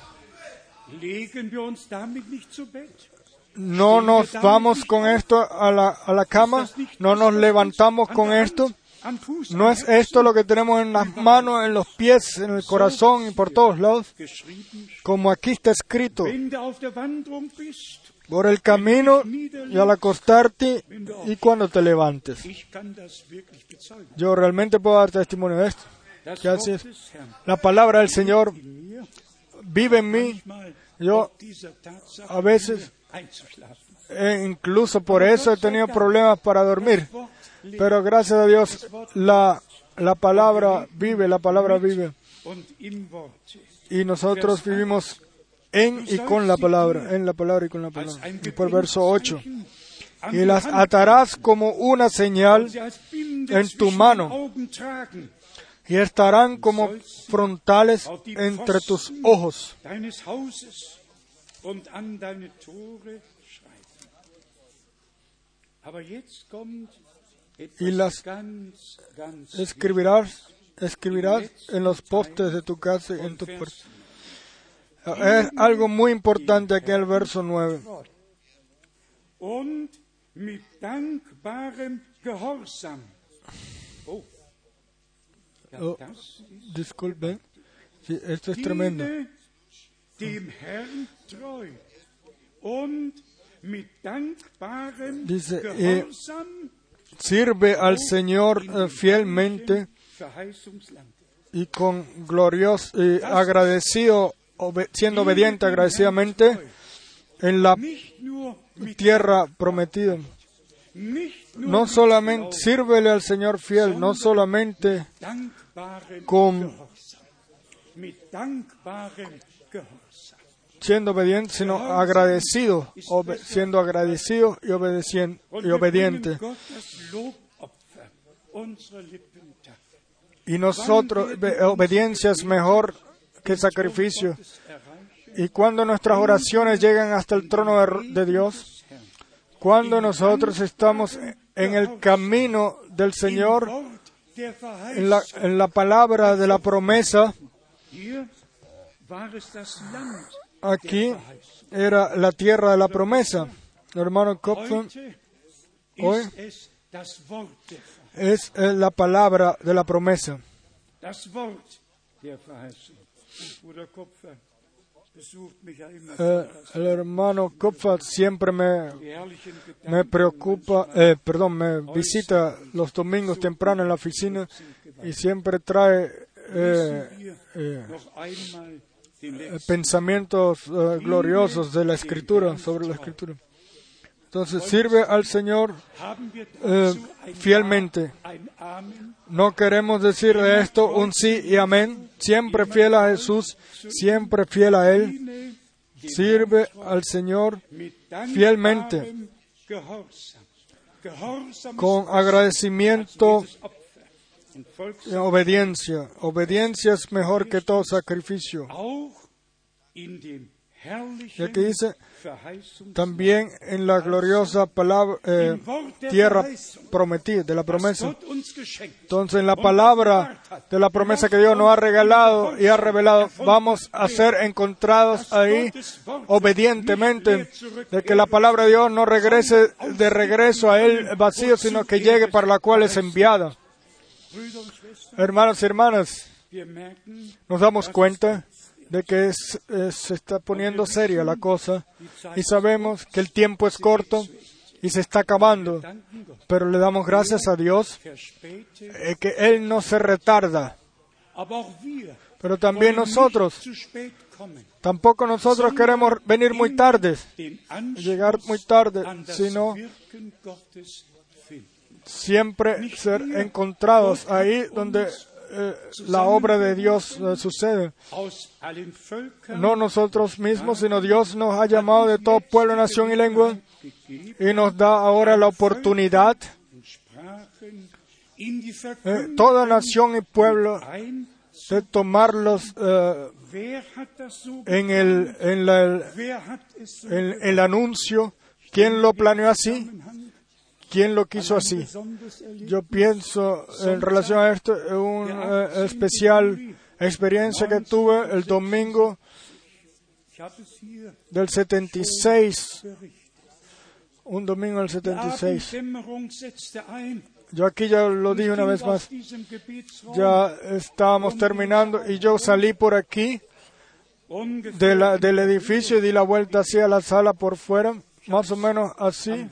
No nos vamos con esto a la, a la cama, no nos levantamos con esto. ¿No es esto lo que tenemos en las manos, en los pies, en el corazón y por todos lados? Como aquí está escrito, por el camino y al acostarte y cuando te levantes. Yo realmente puedo dar testimonio de esto. ¿Qué así es? La palabra del Señor vive en mí. Yo a veces, eh, incluso por eso he tenido problemas para dormir. Pero gracias a Dios, la, la palabra vive, la palabra vive. Y nosotros vivimos en y con la palabra, en la palabra y con la palabra. Y por verso ocho, y las atarás como una señal en tu mano, y estarán como frontales entre tus ojos. Y las escribirás, escribirás en los postes de tu casa y en tu puerta. Es algo muy importante aquí en el verso nueve. Oh, disculpen, sí, esto es tremendo. Dice, eh, sirve al Señor eh, fielmente y con glorioso, eh, agradecido, obe- siendo obediente agradecidamente en la tierra prometida. No solamente, sírvele al Señor fiel, no solamente con siendo obediente, sino agradecido, obe- siendo agradecido y, obedecien- y obediente. Y nosotros, obediencia es mejor que sacrificio. Y cuando nuestras oraciones llegan hasta el trono de, de Dios, cuando nosotros estamos en el camino del Señor, en la, en la palabra de la promesa, aquí era la tierra de la promesa. Hermano Kopfer, hoy es la palabra de la promesa. Eh, el hermano Kopfer siempre me, me preocupa, eh, perdón, me visita los domingos temprano en la oficina y siempre trae eh, eh, pensamientos eh, gloriosos de la Escritura, sobre la Escritura. Entonces sirve al Señor eh, fielmente. No queremos decir de esto un sí y amén. Siempre fiel a Jesús, siempre fiel a Él. Sirve al Señor fielmente, con agradecimiento obediencia. Obediencia es mejor que todo sacrificio. Y aquí dice, también en la gloriosa palabra, eh, tierra prometida, de la promesa. Entonces, en la palabra de la promesa que Dios nos ha regalado y ha revelado, vamos a ser encontrados ahí obedientemente, de que la palabra de Dios no regrese de regreso a Él vacío, sino que llegue para la cual es enviada. Hermanos y hermanas, nos damos cuenta de que es, es, se está poniendo seria la cosa y sabemos que el tiempo es corto y se está acabando, pero le damos gracias a Dios eh, que Él no se retarda. Pero también nosotros, tampoco nosotros queremos venir muy tarde, llegar muy tarde, sino siempre ser encontrados ahí donde Eh, la obra de Dios eh, sucede. No nosotros mismos, sino Dios nos ha llamado de todo pueblo, nación y lengua y nos da ahora la oportunidad, eh, toda nación y pueblo, de tomarlos eh, en, el, en la, el, en el anuncio. ¿Quién lo planeó así? ¿Quién lo quiso así? Yo pienso en relación a esto, una eh, especial experiencia que tuve el domingo del setenta y seis, un domingo del setenta y seis. Yo aquí ya lo dije una vez más, ya estábamos terminando y yo salí por aquí de la, del edificio y di la vuelta hacia la sala por fuera. Más o menos así.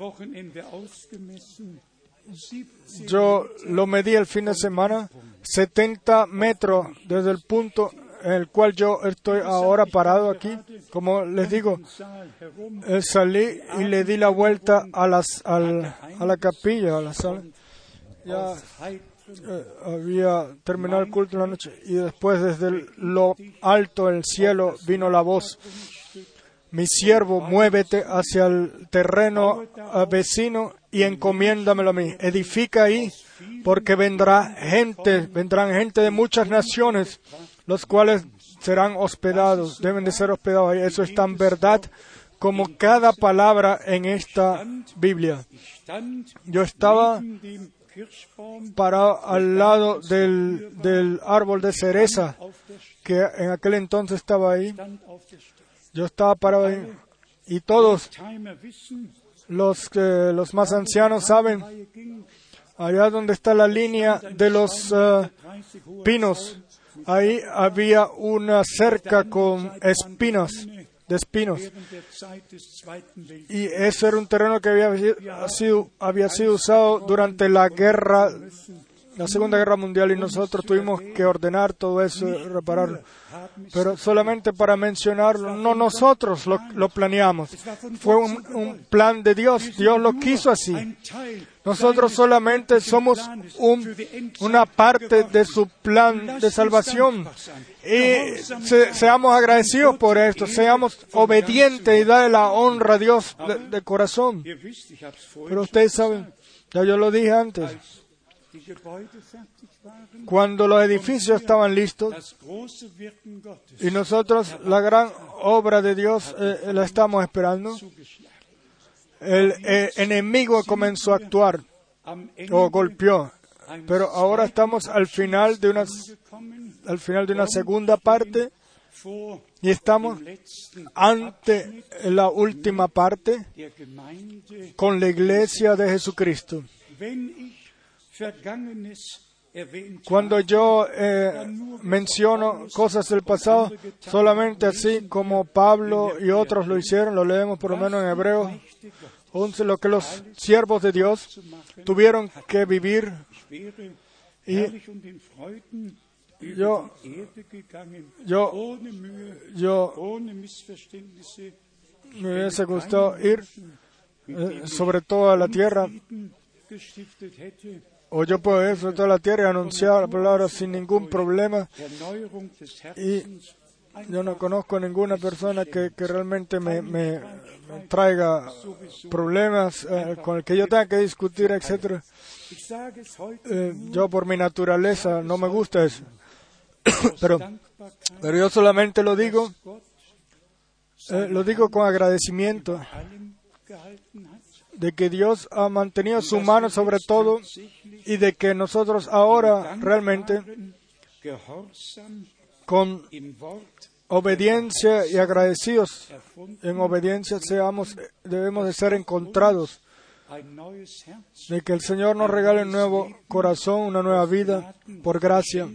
Yo lo medí el fin de semana, setenta metros desde el punto en el cual yo estoy ahora parado aquí. Como les digo, eh, salí y le di la vuelta a, las, al, a la capilla, a la sala. Ya eh, había terminado el culto en la noche y después desde el, lo alto del cielo vino la voz: mi siervo, muévete hacia el terreno vecino y encomiéndamelo a mí. Edifica ahí, porque vendrá gente, vendrán gente de muchas naciones, los cuales serán hospedados, deben de ser hospedados ahí. Eso es tan verdad como cada palabra en esta Biblia. Yo estaba parado al lado del, del árbol de cereza, que en aquel entonces estaba ahí. Yo estaba parado ahí, y todos los que los más ancianos saben, allá donde está la línea de los uh, pinos, ahí había una cerca con espinas, de espinos, y ese era un terreno que había sido, había sido usado durante la guerra, la Segunda Guerra Mundial, y nosotros tuvimos que ordenar todo eso, repararlo. Pero solamente para mencionarlo, no nosotros lo, lo planeamos. Fue un, un plan de Dios. Dios lo quiso así. Nosotros solamente somos un, una parte de su plan de salvación. Y se, seamos agradecidos por esto. Seamos obedientes y darle la honra a Dios de, de corazón. Pero ustedes saben, ya yo lo dije antes, cuando los edificios estaban listos y nosotros la gran obra de Dios eh, la estamos esperando, el eh, enemigo comenzó a actuar o golpeó, pero ahora estamos al final de una al final de una segunda parte y estamos ante la última parte con la iglesia de Jesucristo. Cuando yo eh, menciono cosas del pasado, solamente así como Pablo y otros lo hicieron, lo leemos por lo menos en Hebreos once, lo que los siervos de Dios tuvieron que vivir. Y yo, yo, yo me hubiese gustado ir eh, sobre toda la tierra, o yo puedo ir sobre toda la tierra y anunciar la palabra sin ningún problema y Yo no conozco ninguna persona que, que realmente me, me, me traiga problemas eh, con el que yo tenga que discutir, etcétera. Eh, yo por mi naturaleza no me gusta eso. pero, pero yo solamente lo digo, eh, lo digo con agradecimiento de que Dios ha mantenido su mano sobre todo y de que nosotros ahora realmente con obediencia y agradecidos en obediencia seamos, debemos de ser encontrados, de que el Señor nos regale un nuevo corazón, una nueva vida por gracia,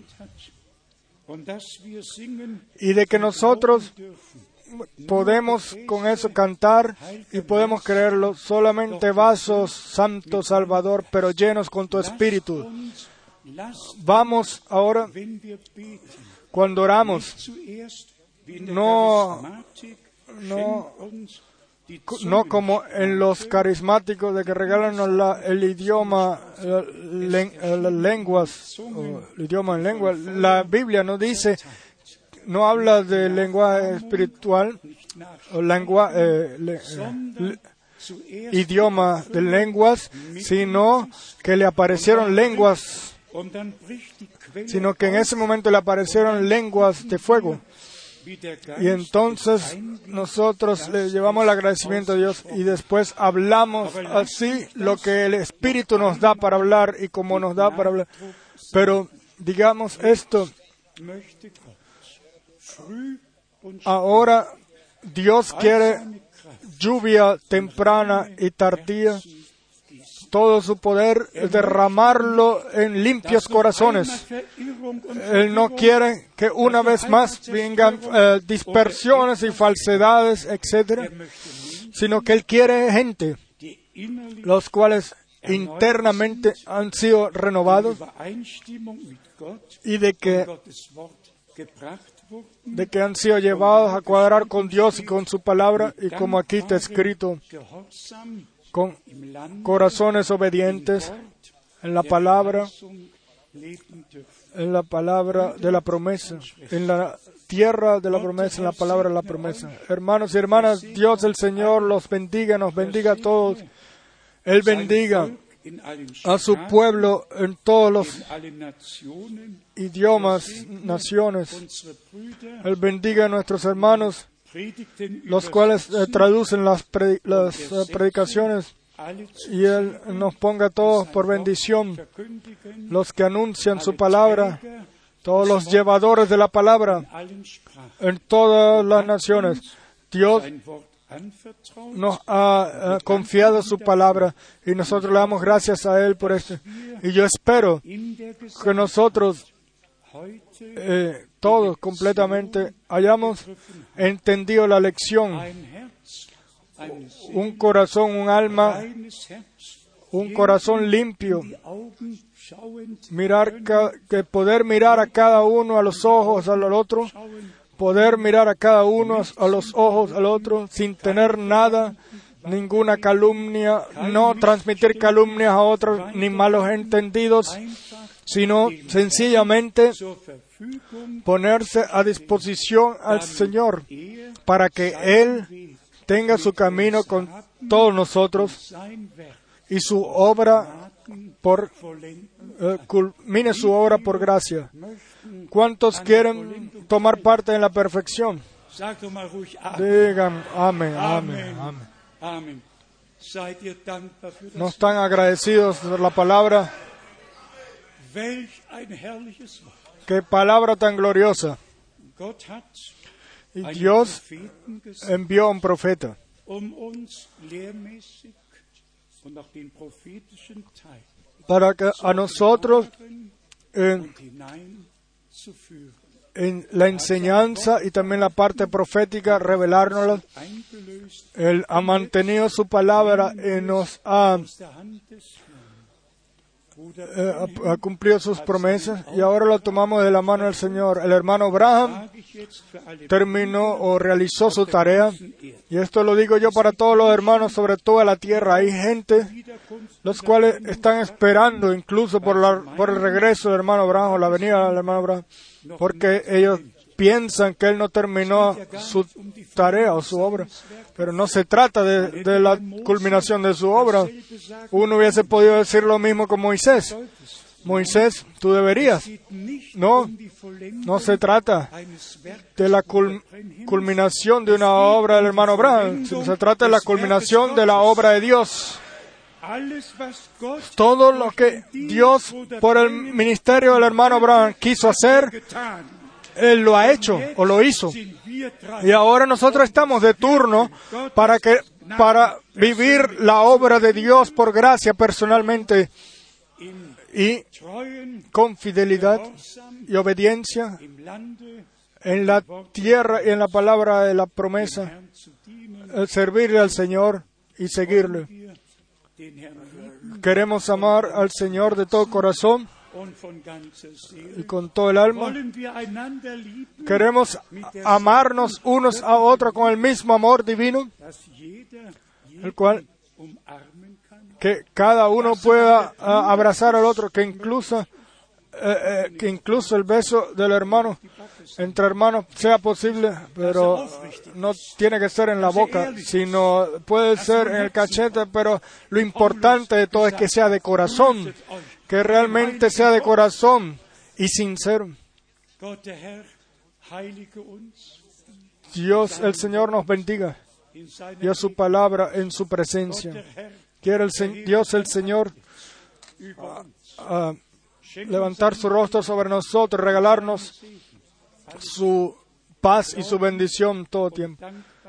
y de que nosotros podemos con eso cantar y podemos creerlo, solamente vasos, Santo Salvador, pero llenos con tu Espíritu. Vamos ahora, cuando oramos, no, no, no como en los carismáticos de que regalan la, el idioma, las lenguas, o el idioma en lengua. La Biblia no dice, no habla de lenguaje espiritual, o lengua, eh, le, le, idioma de lenguas, sino que le aparecieron lenguas, sino que en ese momento le aparecieron lenguas de fuego. Y entonces nosotros le llevamos el agradecimiento a Dios y después hablamos así lo que el Espíritu nos da para hablar y como nos da para hablar. Pero digamos esto, ahora Dios quiere lluvia temprana y tardía, todo su poder, derramarlo en limpios corazones. Él no quiere que una vez más vengan eh, dispersiones y falsedades, etcétera, sino que Él quiere gente, los cuales internamente han sido renovados y de que, de que han sido llevados a cuadrar con Dios y con su palabra, y como aquí está escrito, con corazones obedientes en la palabra, en la palabra de la promesa, en la tierra de la promesa, en la palabra de la promesa. Hermanos y hermanas, Dios el Señor los bendiga, nos bendiga a todos. Él bendiga a su pueblo en todos los idiomas, naciones. Él bendiga a nuestros hermanos, los cuales eh, traducen las, pre, las eh, predicaciones, y Él nos ponga a todos por bendición, los que anuncian su palabra, todos los llevadores de la palabra en todas las naciones. Dios nos ha uh, confiado su palabra y nosotros le damos gracias a Él por esto. Y yo espero que nosotros Eh, todos completamente hayamos entendido la lección, un corazón, un alma, un corazón limpio, mirar ca- que poder mirar a cada uno a los ojos al otro, poder mirar a cada uno a los ojos al otro sin tener nada, ninguna calumnia, no transmitir calumnias a otros ni malos entendidos, sino sencillamente ponerse a disposición al Señor para que Él tenga su camino con todos nosotros y su obra por eh, culmine su obra por gracia. ¿Cuántos quieren tomar parte en la perfección? Digan amén, amén, amén. ¿No están agradecidos por la palabra? ¡Qué palabra tan gloriosa! Y Dios envió a un profeta para que a nosotros en, en la enseñanza y también la parte profética revelárnosla. Él ha mantenido su palabra y nos ha Eh, ha, ha cumplido sus promesas y ahora lo tomamos de la mano del Señor. El hermano Branham terminó o realizó su tarea, y esto lo digo yo para todos los hermanos sobre toda la tierra. Hay gente los cuales están esperando incluso por, la, por el regreso del hermano Branham o la venida del hermano Branham, porque ellos piensan que Él no terminó su tarea o su obra, pero no se trata de, de la culminación de su obra. Uno hubiese podido decir lo mismo con Moisés. Moisés, tú deberías. No, no se trata de la cul- culminación de una obra del hermano Branham, se trata de la culminación de la obra de Dios. Todo lo que Dios, por el ministerio del hermano Branham, quiso hacer, Él lo ha hecho o lo hizo. Y ahora nosotros estamos de turno para que para vivir la obra de Dios por gracia personalmente y con fidelidad y obediencia en la tierra y en la palabra de la promesa, el servirle al Señor y seguirle. Queremos amar al Señor de todo corazón y con todo el alma. Queremos amarnos unos a otros con el mismo amor divino, el cual que cada uno pueda uh, abrazar al otro, que incluso, uh, uh, que incluso el beso del hermano, entre hermanos, sea posible, pero no tiene que ser en la boca, sino puede ser en el cachete, pero lo importante de todo es que sea de corazón, que realmente sea de corazón y sincero. Dios, el Señor, nos bendiga y a su palabra en su presencia. Quiere el se- Dios el Señor uh, uh, levantar su rostro sobre nosotros, regalarnos su paz y su bendición todo tiempo.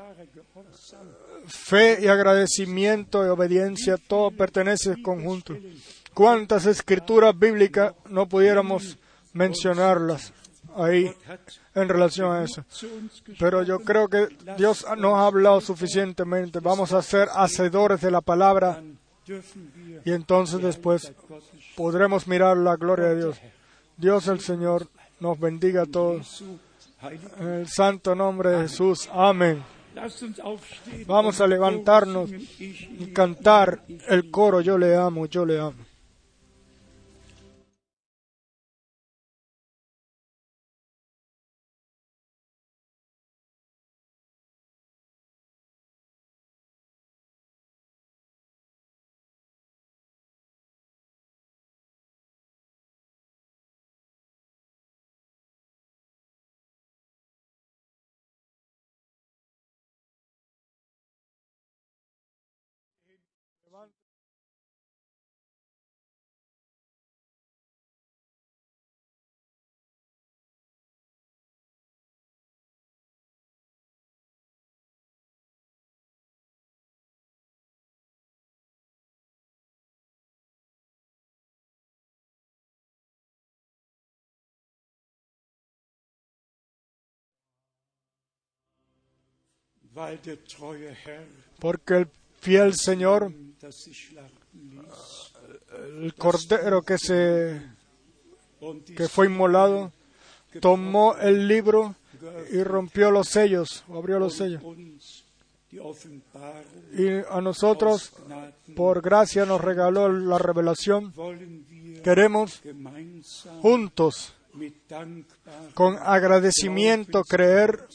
Fe y agradecimiento y obediencia, todo pertenece en conjunto. ¿Cuántas escrituras bíblicas no pudiéramos mencionarlas ahí en relación a eso? Pero yo creo que Dios nos ha hablado suficientemente. Vamos a ser hacedores de la palabra y entonces después podremos mirar la gloria de Dios. Dios el Señor nos bendiga a todos. En el santo nombre de Jesús. Amén. Vamos a levantarnos y cantar el coro Yo le amo, yo le amo. Porque el fiel Señor, el Cordero que se que fue inmolado, tomó el libro y rompió los sellos, abrió los sellos. Y a nosotros, por gracia, nos regaló la revelación. Queremos juntos, con agradecimiento, creer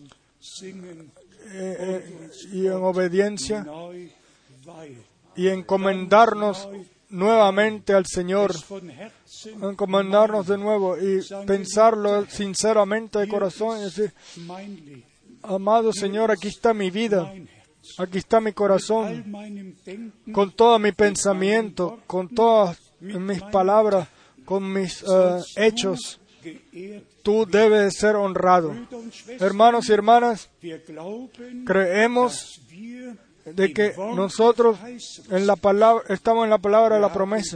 eh, eh, y en obediencia y encomendarnos nuevamente al Señor, encomendarnos de nuevo y pensarlo sinceramente de corazón y decir: amado Señor, aquí está mi vida, aquí está mi corazón, con todo mi pensamiento, con todas mis palabras, con mis uh, hechos. Tú debes ser honrado. Hermanos y hermanas, creemos de que nosotros en la palabra, estamos en la palabra de la promesa.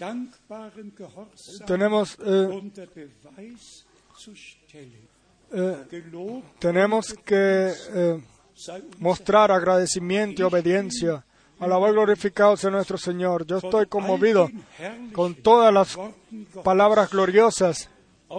Tenemos eh, eh, tenemos que eh, mostrar agradecimiento y obediencia. Alabado y glorificado sea nuestro Señor. Yo estoy conmovido con todas las palabras gloriosas,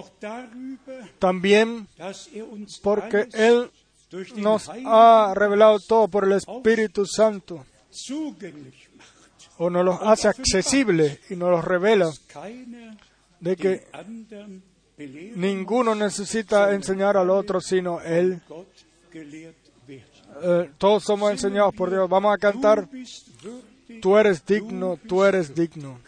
también porque Él nos ha revelado todo por el Espíritu Santo, o nos los hace accesibles y nos los revela, de que ninguno necesita enseñar al otro sino Él. Eh, todos somos enseñados por Dios. Vamos a cantar, tú eres digno, tú eres digno.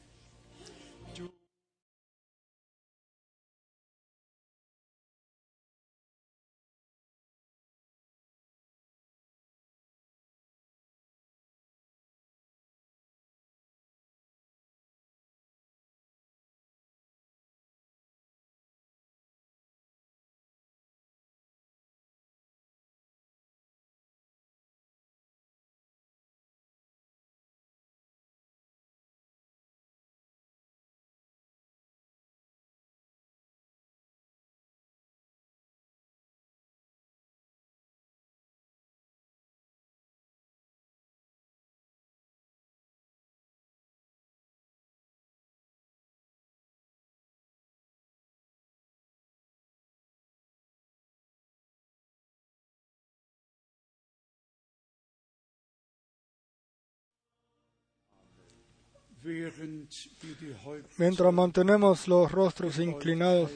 Mientras mantenemos los rostros inclinados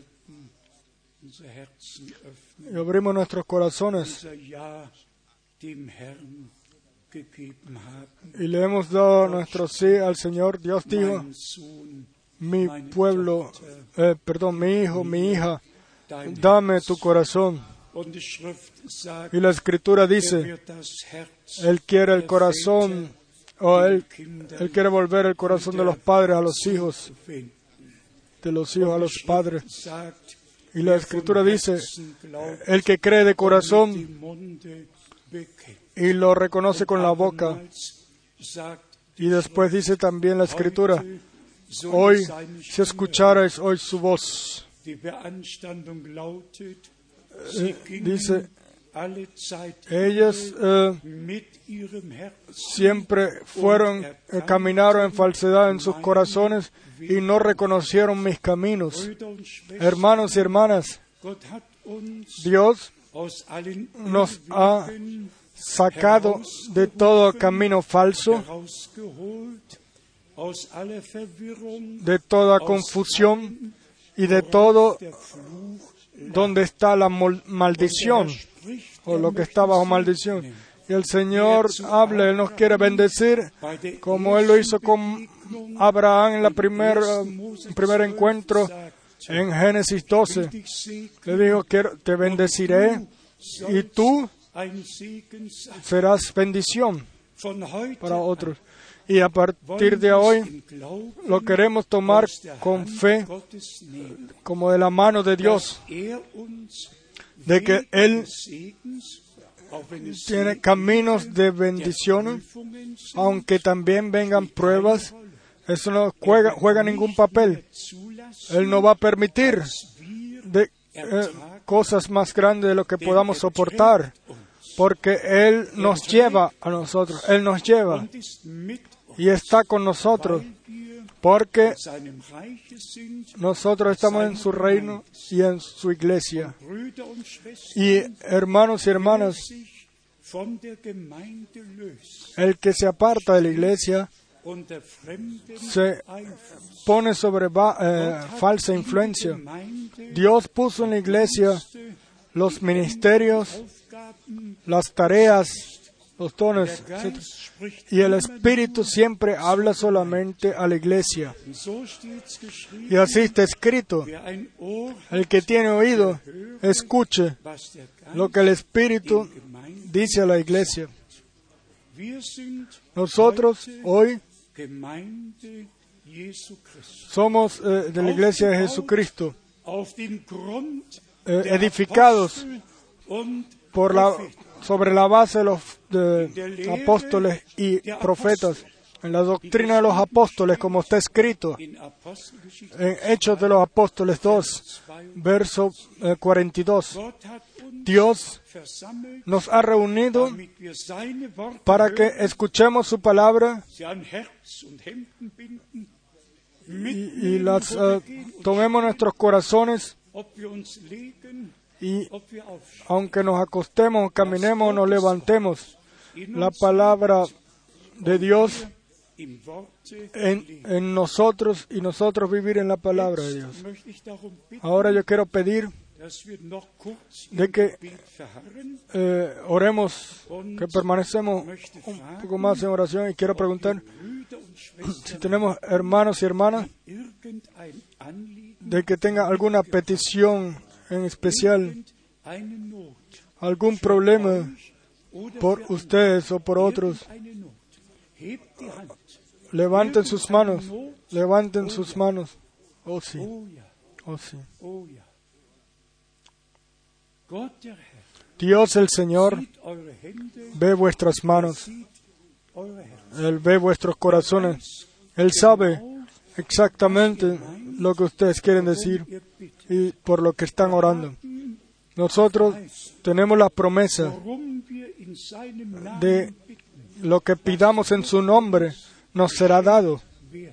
y abrimos nuestros corazones y le hemos dado nuestro sí al Señor, Dios dijo, mi pueblo, eh, perdón, mi hijo, mi hija, dame tu corazón. Y la Escritura dice, Él quiere el corazón, o él, él quiere volver el corazón de los padres a los hijos, de los hijos a los padres. Y la Escritura dice, el que cree de corazón y lo reconoce con la boca. Y después dice también la Escritura, hoy, si escucharais hoy su voz, eh, dice, ellos eh, siempre fueron, eh, caminaron en falsedad en sus corazones y no reconocieron mis caminos. Hermanos y hermanas, Dios nos ha sacado de todo camino falso, de toda confusión y de todo donde está la maldición, o lo que está bajo maldición. Y el Señor habla, Él nos quiere bendecir, como Él lo hizo con Abraham en la primer, el primer encuentro en Génesis doce. Le dijo, quiero, te bendeciré y tú serás bendición para otros. Y a partir de hoy lo queremos tomar con fe, como de la mano de Dios, de que Él tiene caminos de bendición, aunque también vengan pruebas. Eso no juega, juega ningún papel. Él no va a permitir de, eh, cosas más grandes de lo que podamos soportar, porque Él nos lleva a nosotros, Él nos lleva y está con nosotros, porque nosotros estamos en su reino y en su iglesia. Y hermanos y hermanas, el que se aparta de la iglesia se pone sobre eh, falsa influencia. Dios puso en la iglesia los ministerios, las tareas, los dones, etcétera. Y el Espíritu siempre habla solamente a la iglesia. Y así está escrito, el que tiene oído, escuche lo que el Espíritu dice a la iglesia. Nosotros hoy somos eh, de la iglesia de Jesucristo, eh, edificados por la, sobre la base de los de apóstoles y profetas, en la doctrina de los apóstoles, como está escrito en Hechos de los Apóstoles dos, verso eh, cuarenta y dos. Dios nos ha reunido para que escuchemos su palabra y, y las uh, tomemos nuestros corazones, y aunque nos acostemos, caminemos, nos levantemos, la palabra de Dios en, en nosotros y nosotros vivir en la palabra de Dios. Ahora yo quiero pedir de que eh, oremos, que permanecemos un poco más en oración, y quiero preguntar si tenemos hermanos y hermanas de que tengan alguna petición en especial, algún problema por ustedes o por otros. Levanten sus manos, levanten sus manos. Oh sí, oh sí. Dios el Señor ve vuestras manos, Él ve vuestros corazones, Él sabe exactamente lo que ustedes quieren decir y por lo que están orando. Nosotros tenemos la promesa de lo que pidamos en su nombre nos será dado.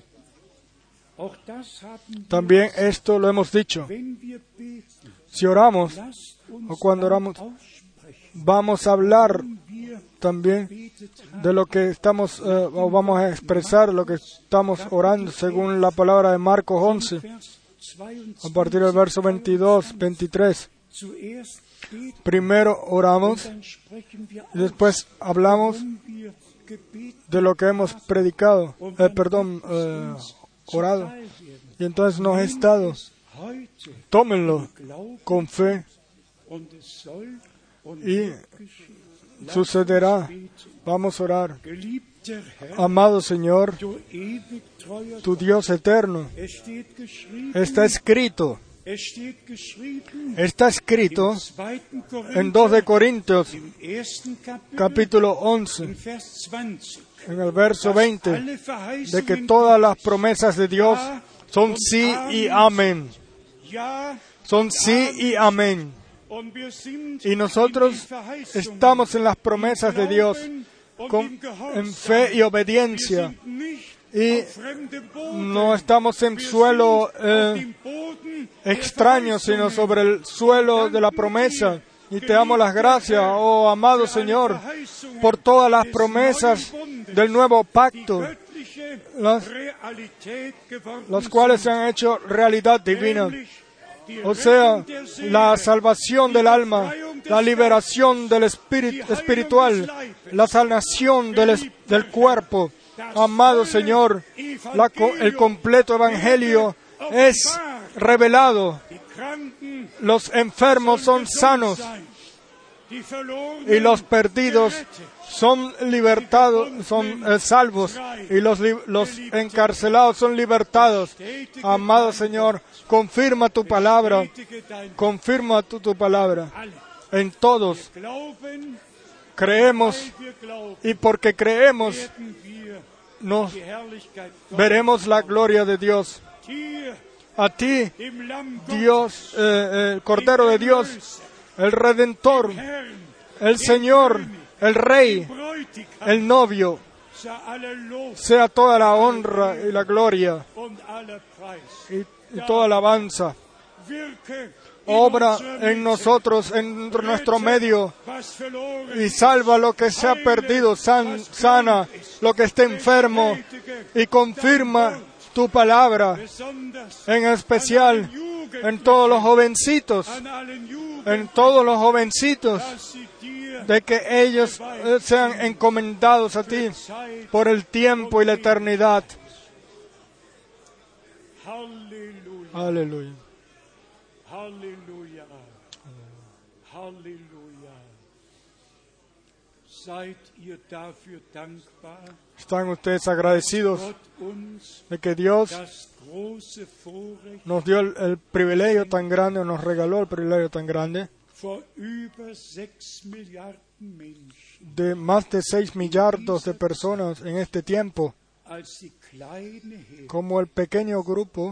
También esto lo hemos dicho. Si oramos o cuando oramos, vamos a hablar también de lo que estamos, eh, o vamos a expresar lo que estamos orando según la palabra de Marcos once, a partir del verso veintidós, veintitrés. Primero oramos y después hablamos de lo que hemos predicado, eh, perdón, eh, orado. Y entonces nos es dado. Tómenlo con fe y sucederá. Vamos a orar. Amado Señor, tu Dios eterno, está escrito, está escrito en dos de Corintios, capítulo once, en el verso veinte, de que todas las promesas de Dios son sí y amén. Son sí y amén. Y nosotros estamos en las promesas de Dios con, en fe y obediencia. Y no estamos en suelo eh, extraño, sino sobre el suelo de la promesa. Y te damos las gracias, oh amado Señor, por todas las promesas del nuevo pacto, las, las cuales se han hecho realidad divina. O sea, la salvación del alma, la liberación del espíritu espiritual, la sanación del, es, del cuerpo. Amado Señor, la, el completo evangelio es revelado. Los enfermos son sanos y los perdidos son libertados, son eh, salvos, y los, los encarcelados son libertados. Amado Señor, confirma tu palabra, confirma tu, tu palabra en todos. Creemos, y porque creemos, nos veremos la gloria de Dios. A ti, Dios, eh, el Cordero de Dios, el Redentor, el Señor, el Rey, el Novio, sea toda la honra y la gloria y, y toda alabanza. Obra en nosotros, en nuestro medio, y salva lo que se ha perdido, san, sana lo que esté enfermo, y confirma tu palabra, en especial en todos los jovencitos, en todos los jovencitos, de que ellos sean encomendados a ti por el tiempo y la eternidad. Aleluya. Halleluja. Halleluja. Seid ihr dafür dankbar, ¿Están ustedes agradecidos de que Dios nos dio el, el privilegio tan grande, o nos regaló el privilegio tan grande de más de seis millardos de personas en este tiempo, como el pequeño grupo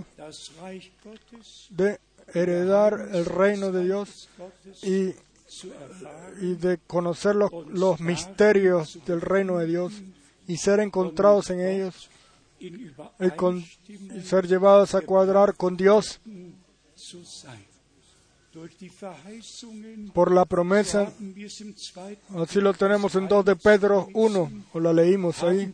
de heredar el reino de Dios y, y de conocer los, los misterios del reino de Dios y ser encontrados en ellos y, con, y ser llevados a cuadrar con Dios por la promesa. Así lo tenemos en dos de Pedro uno, o la leímos ahí,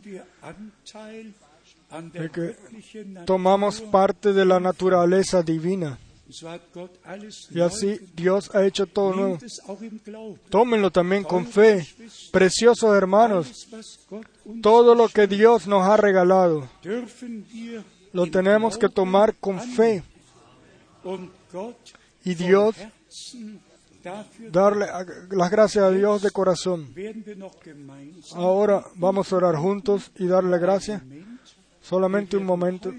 de que tomamos parte de la naturaleza divina. Y así Dios ha hecho todo nuevo. Tómenlo también con fe. Preciosos hermanos, todo lo que Dios nos ha regalado, lo tenemos que tomar con fe. Y Dios, darle las gracias a Dios de corazón. Ahora vamos a orar juntos y darle gracias. Solamente un momento.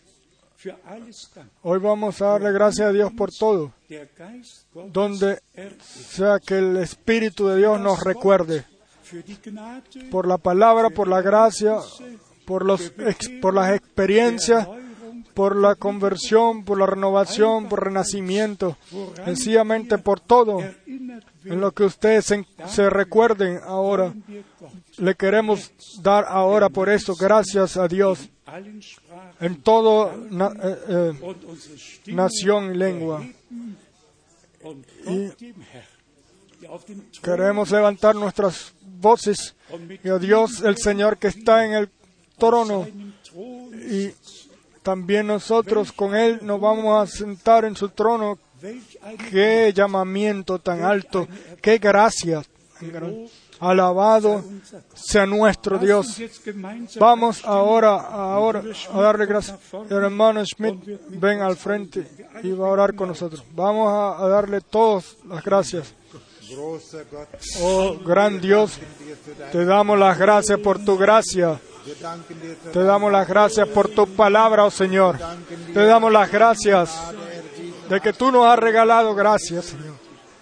Hoy vamos a darle gracias a Dios por todo, donde sea que el Espíritu de Dios nos recuerde, por la palabra, por la gracia, por, los, por las experiencias, por la conversión, por la renovación, por renacimiento, sencillamente por todo, en lo que ustedes se, se recuerden ahora. Le queremos dar ahora por esto gracias a Dios en toda na, eh, eh, nación y lengua. Y queremos levantar nuestras voces y a Dios, el Señor que está en el trono, y también nosotros con Él nos vamos a sentar en su trono. ¡Qué llamamiento tan alto! ¡Qué gracia! Alabado sea nuestro Dios. Vamos ahora, ahora a darle gracias. El hermano Schmidt, ven al frente y va a orar con nosotros. Vamos a, a darle todas las gracias. Oh, gran Dios, te damos las gracias por tu gracia. Te damos las gracias por tu palabra, oh Señor. Te damos las gracias de que tú nos has regalado gracias, Señor,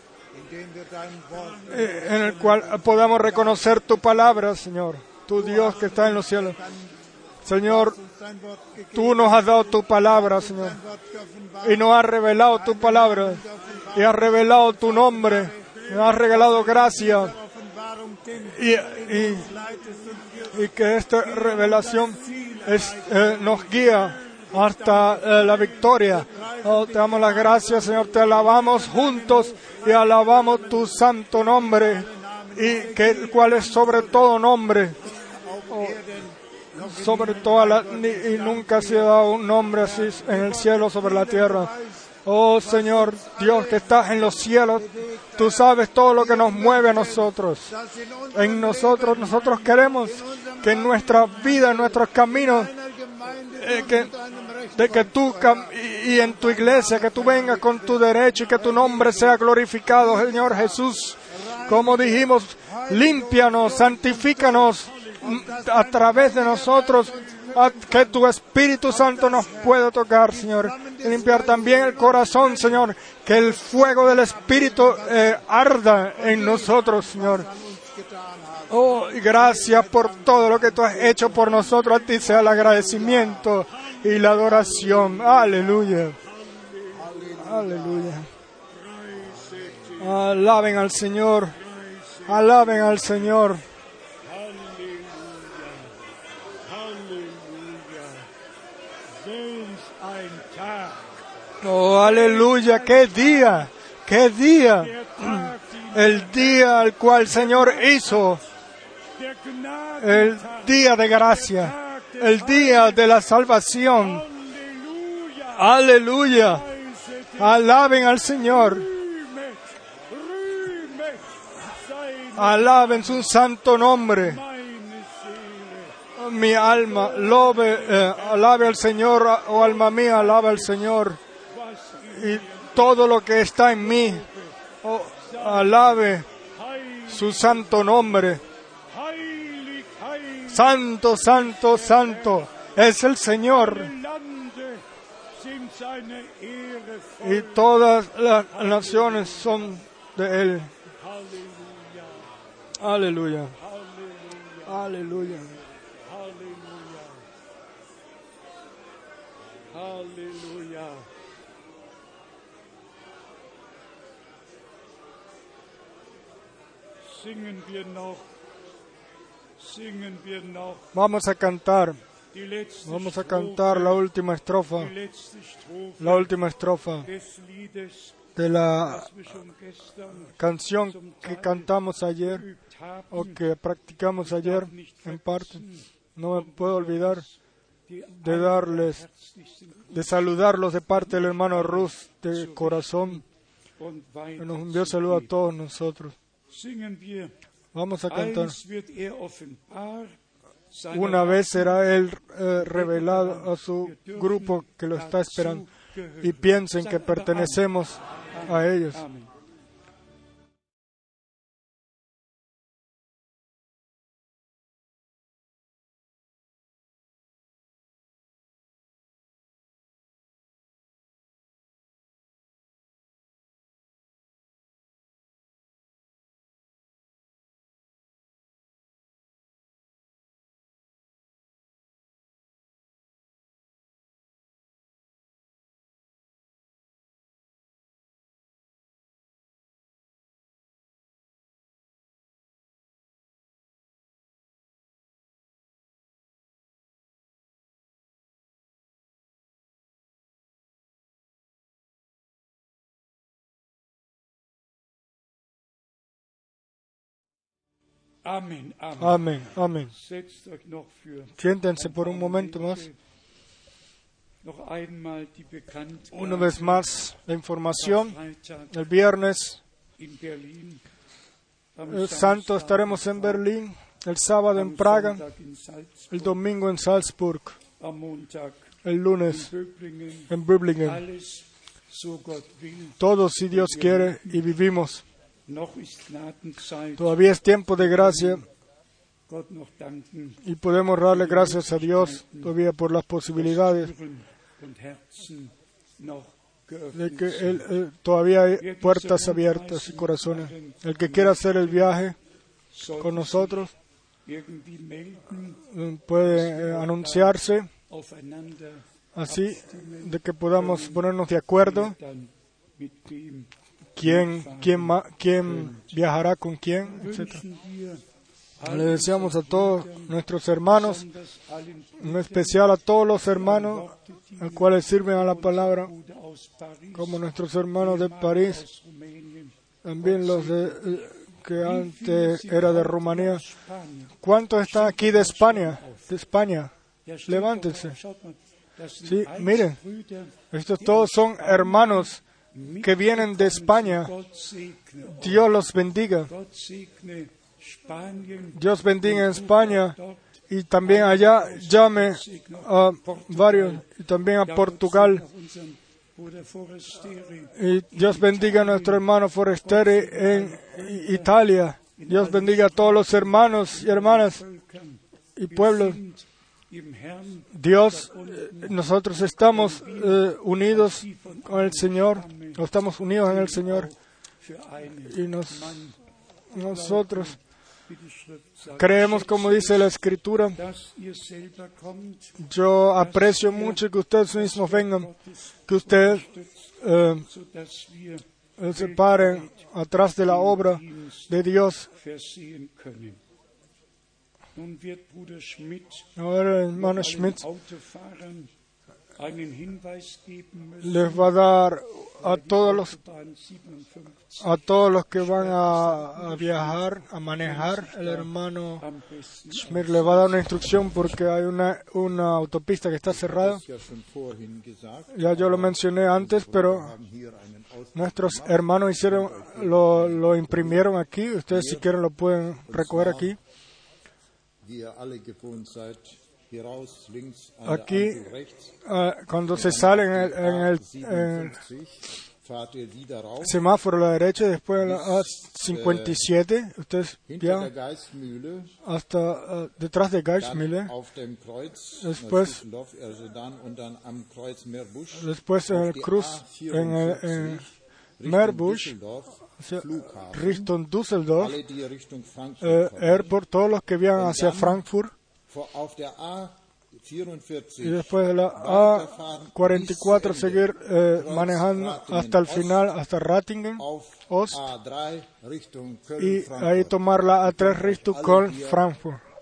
en el cual podamos reconocer tu palabra, Señor, tu Dios que está en los cielos. Señor, tú nos has dado tu palabra, Señor, y nos has revelado tu palabra, y has revelado tu nombre, y nos has regalado gracia, y, y, y que esta revelación es, eh, nos guía hasta eh, la victoria. Oh, te damos las gracias, Señor, te alabamos juntos y alabamos tu santo nombre, y que el cual es sobre todo nombre, oh, sobre toda la, ni, y nunca se ha dado un nombre así en el cielo, sobre la tierra. Oh Señor, Dios que estás en los cielos, tú sabes todo lo que nos mueve a nosotros. En nosotros, nosotros queremos que en nuestra vida, en nuestros caminos, eh, que, de que tú y, y en tu iglesia, que tú vengas con tu derecho y que tu nombre sea glorificado, Señor Jesús. Como dijimos, límpianos, santifícanos a través de nosotros, a que tu Espíritu Santo nos pueda tocar, Señor, y limpiar también el corazón, Señor, que el fuego del Espíritu eh, arda en nosotros, Señor. Oh, y gracias por todo lo que tú has hecho por nosotros. A ti sea el agradecimiento y la adoración. Aleluya. Aleluya. Alaben al Señor. Alaben al Señor. Oh, aleluya, qué día, qué día, el día al cual el Señor hizo, el día de gracia, el día de la salvación. Aleluya, alaben al Señor, alaben su santo nombre. Mi alma, lobe, eh, alabe al Señor, oh alma mía, alaba al Señor. Y todo lo que está en mí, oh, alabe su santo nombre. Santo, santo, santo es el Señor. Y todas las naciones son de Él. Aleluya. Aleluya. Halleluja. Singen wir noch, singen wir noch. Vamos a cantar, vamos a cantar la última estrofa, la última estrofa de la was wir schon gestern canción que cantamos ayer geübt haben. o que practicamos ayer en parte. No me puedo olvidar Die de darles, herzlichsten de saludarlos de parte del hermano Rus de corazón, und que nos weiter envió saludo a todos nosotros. singen wir. Vamos a cantar. Eins wird er offenbar, seiner Una vez será Waffen Él eh, revelado a su grupo que lo está esperando y piensen que pertenecemos a ellos. Amen. Amen, Amen. Amén, amén. Setzt euch noch für Siéntense por un momento más. noch einmal die Bekanntgabe Una vez más, la información. Freitag El viernes in Berlin, am el santo estaremos en Berlín, el sábado en Praga, Sonntag in Salzburg, el domingo en Salzburg, am Montag el in lunes Böblingen. en Böblingen. Alles, so Gott will. Todo si Dios quiere y vivimos. Noch ist Gnadenzeit. Todavía es tiempo de gracia Gott noch danken. y podemos darle gracias a Dios todavía por las posibilidades Türen und Herzen noch de geöffnet que sind. él, eh, todavía hay puertas abiertas y corazones. El que quiera hacer el viaje Sollte con nosotros irgendwie melden, eh, puede eh, anunciarse aufeinander así de que podamos ponernos de acuerdo dann mit wem quién, quién, ma- quién viajará con quién, etcétera. wünschen wir Le deseamos a todos nuestros hermanos, besonders allen en especial a todos los hermanos a cuales sirven a la palabra, Brüder aus Paris, como nuestros hermanos de París, aus Rumänien, también los de, eh, que antes era de Rumanía. Spanien. ¿Cuántos están aquí de España? De España. Ja, steht Levántense. doch, schaut mal, das sind Sí, alles miren, Brüder, estos todos son hermanos que vienen de España. Gott segne euch. Dios los bendiga. Gott segne Spanien, Dios bendiga en España y también allá llame a varios y también a Portugal. auch unseren Bruder Forestieri. Y Dios bendiga a nuestro hermano Forestieri en Italia. Dios bendiga a todos los hermanos y hermanas Völkern. y pueblos. Sind im Herrn Dios, eh, nosotros estamos eh, unidos con el Señor, o estamos unidos en el Señor für einen y nos, Mann, nosotros wie die Schrift sagt. creemos, como dice la Escritura. Dass ihr selber kommt, Yo aprecio mucho que ustedes mismos vengan, que ustedes eh, sodass wir eh, se paren atrás de la obra de Dios. versehen können. Nun wird Bruder Schmidt Ahora el hermano allen Schmidt Autofahrern einen Hinweis geben müssen. les va a dar a todos los Autobahn siebenundfünfzig a todos los que van a, a viajar, a manejar. El hermano am besten. Schmidt le va a dar una instrucción porque hay una, una autopista que está cerrada. Ja schon vorhin gesagt, Ya yo lo mencioné antes, pero haben hier einen Ausdruck, nuestros hermanos hicieron, lo, lo imprimieron aquí. Ustedes si quieren lo pueden recoger aquí. wie ihr alle gewohnt seid, hier raus, links, an Aquí, der Ampel rechts, ah, cuando se sale en el, en el, en el siebenundfünfzig, fahrt ihr wieder raus, semáforo a la derecha y después en la A cincuenta y siete, ustedes hinter der viajan Geistmühle, hasta ah, detrás de Geismühle, dann auf dem Kreuz, Después- Düsseldorf, also dann und dann am Kreuz Meerbusch, después en auf el die cruz A en, el, en vierundvierzig, Richtung Meerbusch, Düsseldorf, hacia Flughafen, Richtung Düsseldorf, alle, die Richtung Frankfurt eh, kommen. Airport, todos los que viajan hacia Frankfurt, Vor- Auf der A y vierundvierzig después de la A cuarenta y cuatro seguir eh, manejando hasta el final, hasta Ratingen, auf Ost, A drei Richtung y Köln, ahí Frankfurt. tomar la A tres Richtung con Frankfurt.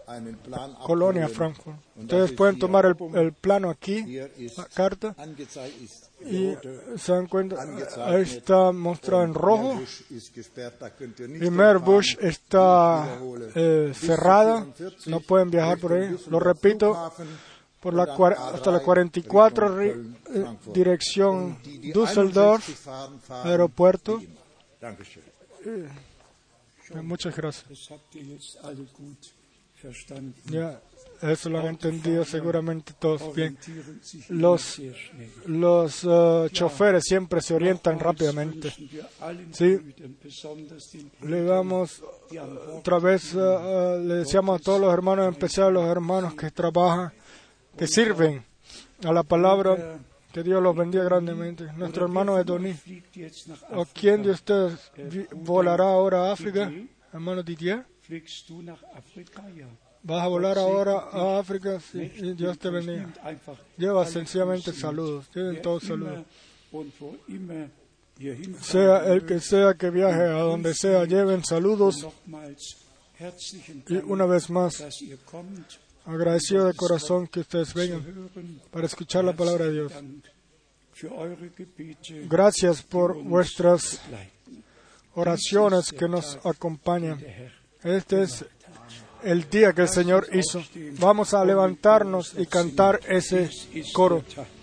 einen Plan Colonia abholen. Frankfurt. Und Ustedes das pueden ist tomar el, hier, el plano aquí, hier ist la carta, angezeigt, ist y rote se dan cuenta, angezeichnet. ahí está mostrado en Und rojo. Meerbusch ist gesperrt, da könnt ihr nicht Y Meerbusch hinfahren. está Ich wiederhole, eh, bis zu cerrada, vierundvierzig no pueden viajar por ahí. Richtung Lo Düsseldorf repito, Flughafen por und la dann cua- A hasta la drei cuarenta y cuatro, Richtung ri- Köln, eh, Frankfurt. dirección Und die, die Düsseldorf, einundsechzig fahren, fahren aeropuerto. Wien. Dankeschön. Eh, Muchas gracias. Das habt ihr jetzt alle gut verstanden. Ya, eso lo han entendido seguramente todos bien. Orientieren sich Los, immer sehr schnell. los eh, choferes siempre se orientan rápidamente. Wünschen wir allen Sí. Brüdern, besonders den Le Brüdern, damos die am Wort otra vez, eh, eh, le decíamos a todos los hermanos, en especial a los hermanos que trabajan, que sirven a la palabra, que Dios los bendiga grandemente. Nuestro hermano Edoní, fliegt jetzt nach ¿o Afrika. quién de ustedes vi- volará ahora a África? Hermano Didier, Fliegst du nach Afrika? Ja. ¿vas a volar ahora a África? Sí, y Dios te bendiga. Nimmt einfach Lleva alle sencillamente Grüße mit. saludos, lleven Wer todos immer saludos. und wo immer ihr hinfahren Sea el que mögt, sea que viaje a donde sea, lleven saludos. nochmals herzlichen Y Dank, una vez más, dass ihr kommt, agradecido de corazón que ustedes zu vengan hören. para escuchar la palabra de Dios. Dank für eure Gebete, Gracias por die uns vuestras begleiten. oraciones que nos acompañan. Der Herr Este es el día que el Señor hizo. Vamos a levantarnos y cantar ese ist coro. der Tag.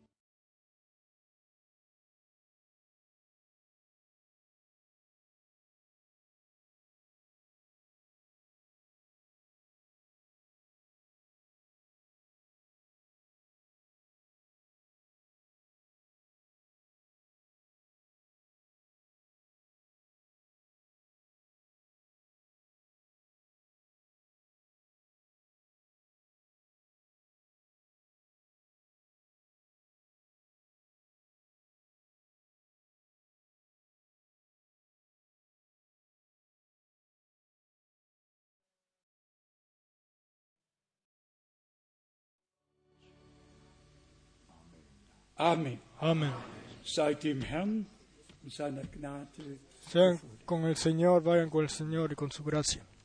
Amen. Amén. Seid dem Herrn und seiner Gnade Sean con el Señor, vayan con el Señor y con su gracia.